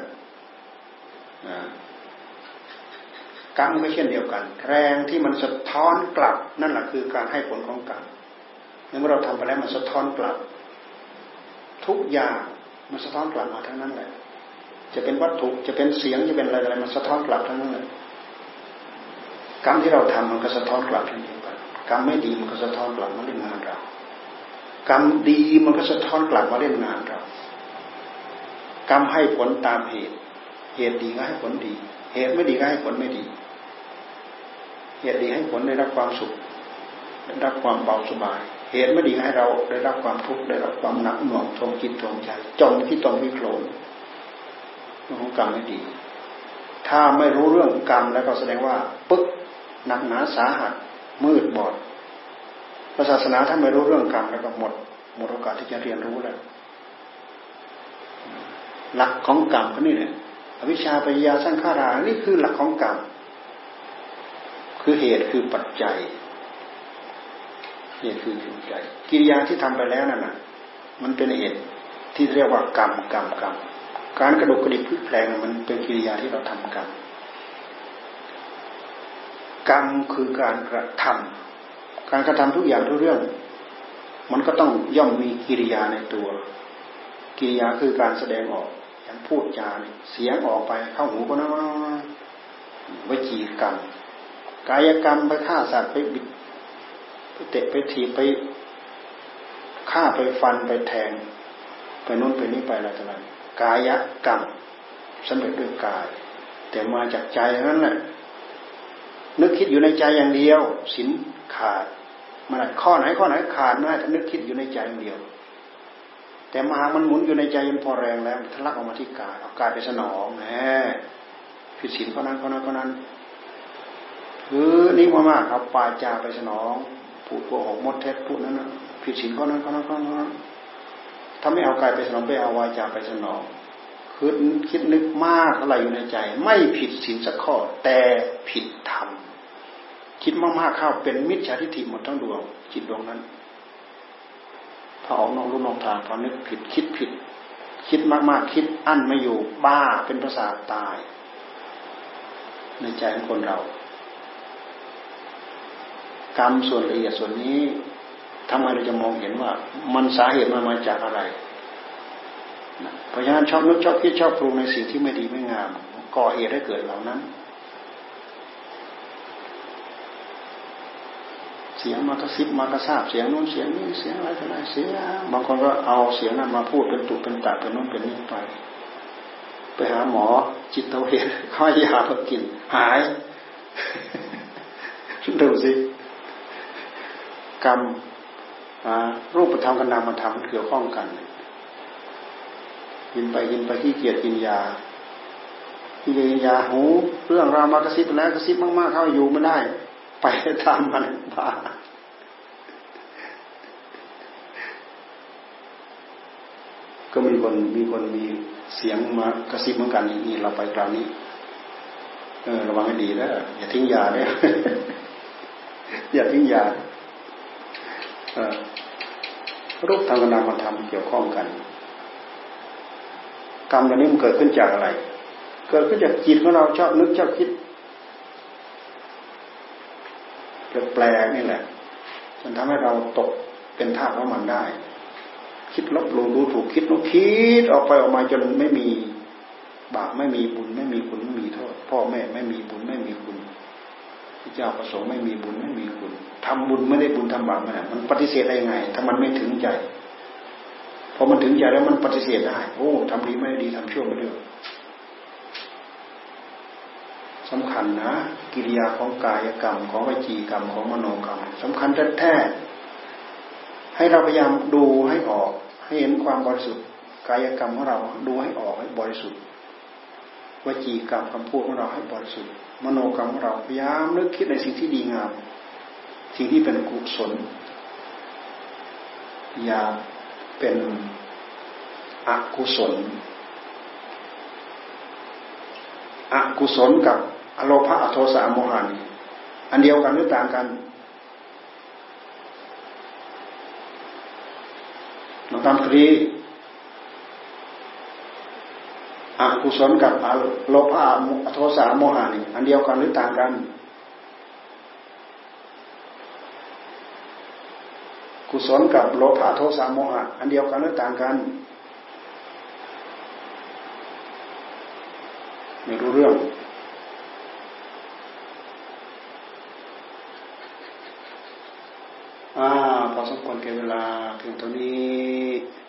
กรรมก็เช่นเดียวกันแรงที่มันสะท้อนกลับนั่นแหละคือการให้ผลของกรรมเมื่อเราทำไปแล้วมันสะท้อนกลับทุกอย่างมันสะท้อนกลับมาทั้งนั้นแหละจะเป็นวัตถุจะเป็นเสียงจะเป็นอะไรอะไรมันสะท้อนกลับทั้งนั้นเลยกรรมที่เราทำมันก็สะท้อนกลับเช่นเดียวกันกรรมไม่ดีมันก็สะท้อนกลับมาเล่นงานเรากรรมดีมันก็สะท้อนกลับมาเล่นงานเรากรรมให้ผลตามเหตุเหตุดีก็ให้ผลดีเหตุไม่ดีก็ให้ผลไม่ดีเหตุดีให้ผลได้รับความสุขได้รับความเบาสบายเหตุไม่ดีให้เราได้รับความทุกข์ได้รับความหนักหน่วงทวงจิตทวงใจจมที่ตรงวิโคลนเรื่องของกรรมไม่ดีถ้าไม่รู้เรื่องกรรมแล้วก็แสดงว่าปึ๊กหนักหนาสาหัสมืดบอดศาสนาถ้าไม่รู้เรื่องกรรมแล้วก็หมดหมดโอกาสที่จะเรียนรู้แล้วหลักของกรรมก็นี่แหละอวิชชาปัญญาสังขารานี่คือหลักของกรรมคือเหตุคือปัจจัยเหตุคือปัจจัยกิริยาที่ทำไปแล้วนั่นน่ะมันเป็นเหตุที่เรียกว่ากรรมกรรมกรรมการกระดุกกระดิกพลิกแปลงมันเป็นกิริยาที่เราทำกรรมกรรมคือการกระทำการกระทำทุกอย่างทุกเรื่องมันก็ต้องย่อมมีกิริยาในตัวกิริยาคือการแสดงออกอย่างพูดจาเสียงออกไปเข้าหูก็นะวจีกรรมกายกรรมไปฆ่าสัตว์ไปบิดไปเตะไปถีบไปฆ่าไปฟันไปแทงไปโน้นไปนี้ไปอะไรต่างๆกายกรรมสำเร็จด้วยกายแต่มาจากใจนั้นแหละนึกคิดอยู่ในใจอย่างเดียวศีลขาดมันข้อไหนข้อไหนขาดไม่ได้ถ้านึกคิดอยู่ในใจอย่างเดียวแต่มามันหมุนอยู่ในใจมันพอแรงแล้วทะลักออกมาที่กายเอากายไปสนองแหมผิดศีลข้อนั้นข้อนั้นข้อนั้นคือนี่มากๆเอาปาจาไปสนองพูดโกหกมดเท็จพูดนั้นนะผิดศีลข้อนั้นข้อนั้นข้อนั้นถ้าไม่เอากายไปสนองไปเอาวาจาไปสนองคือคิดนึกมากอะไรอยู่ในใจไม่ผิดศีลสักข้อแต่ผิดธรรมคิดมากๆเข้าเป็นมิจฉาทิฏฐิหมดทั้งดวงจิตดวงนั้นพอออกนอกรูนอกทางพอนึกผิดคิดผิดคิดมากๆคิดอั้นไม่อยู่บ้าเป็นประสาทตายในใจของคนเรากรรมส่วนละเอียดส่วนนี้ทำไมเราจะมองเห็นว่ามันสาเหตุมันมาจากอะไรเพราะฉะนั้นชอบนึกชอบคิดชอบปรุงในสิ่งที่ไม่ดีไม่งามก่อเหตุให้เกิดเหล่านั้นเสียงมากระซิบมากระซาบเสียงโน้นเสียงนี้เสียงอะไรอะไรเสียบางคนก็เอาเสียงนั้นมาพูดเป็นตุเป็นตะเป็นโน้นเป็นนี้ไปไปหาหมอจิตเวชเขาให้ยาเพื่อกินหายดูสิกรรมรูปธรรมกับนามธรรมเกี่ยวข้องกันกินไปกินไปที่เกียรกินยาที่กินยาหูเรื่องราวมากระซิบแล้วกระซิบมากๆเข้าอยู่ไม่ได้ไปตามมันบ้าก็มีคนมีคนมีเสียงมากระซิบเหมือนกันนี่เราไปคราวนี้เออระวังให้ดีนะอย่าทิ้งยาด้วย อย่าทิ้งยารูปทางนามธรรมเกี่ยวข้องกันกรรมตัวนี้มันเกิดขึ้นจากอะไรเกิดขึ้นจากจิตของเราชอบนึกชอบคิดแปลกๆนี่แหละจนทำให้เราตกเป็นทาสของมันได้คิดลบหลู่ดูถูกคิดลบคิดออกไปออกมาจนไม่มีบาปไม่มีบุญไม่มีคุณไม่มีโทษพ่อแม่ไม่มีบุญไม่มีคุณพระเจ้าประสงค์ไม่มีบุญไม่มีคุณทำบุญไม่ได้บุญทำบาปไม่ได้มันปฏิเสธได้ยังไงถ้ามันไม่ถึงใจพอมันถึงใจแล้วมันปฏิเสธได้โอ้ทำดีไม่ดีทำชั่วไม่ดีสำคัญนะกิริยาของกายกรรมของวจีกรรมของมโนกรรมสำคัญแท้ๆให้เราพยายามดูให้ออกให้เห็นความบริสุทธิ์กายกรรมของเราดูให้ออกให้บริสุทธิ์วจีกรรมคำพูดของเราให้บริสุทธิ์มโนกรรมของเราพยายามนึกคิดในสิ่งที่ดีงามสิ่งที่เป็นกุศลอย่าเป็นอกุศลอกุศลกับอโลภะอโทสะโมหะนี่อันเดียวกันหรือต่างกันลองทำคดีอกุศลกับอโลภะอโทสะโมหะนี่อันเดียวกันหรือต่างกันกุศลกับโลภะโทสะโมหะอันเดียวกันหรือต่างกันไม่รู้เรื่องอ่าพอสมควรแก่เวลาเพียงเท่านี้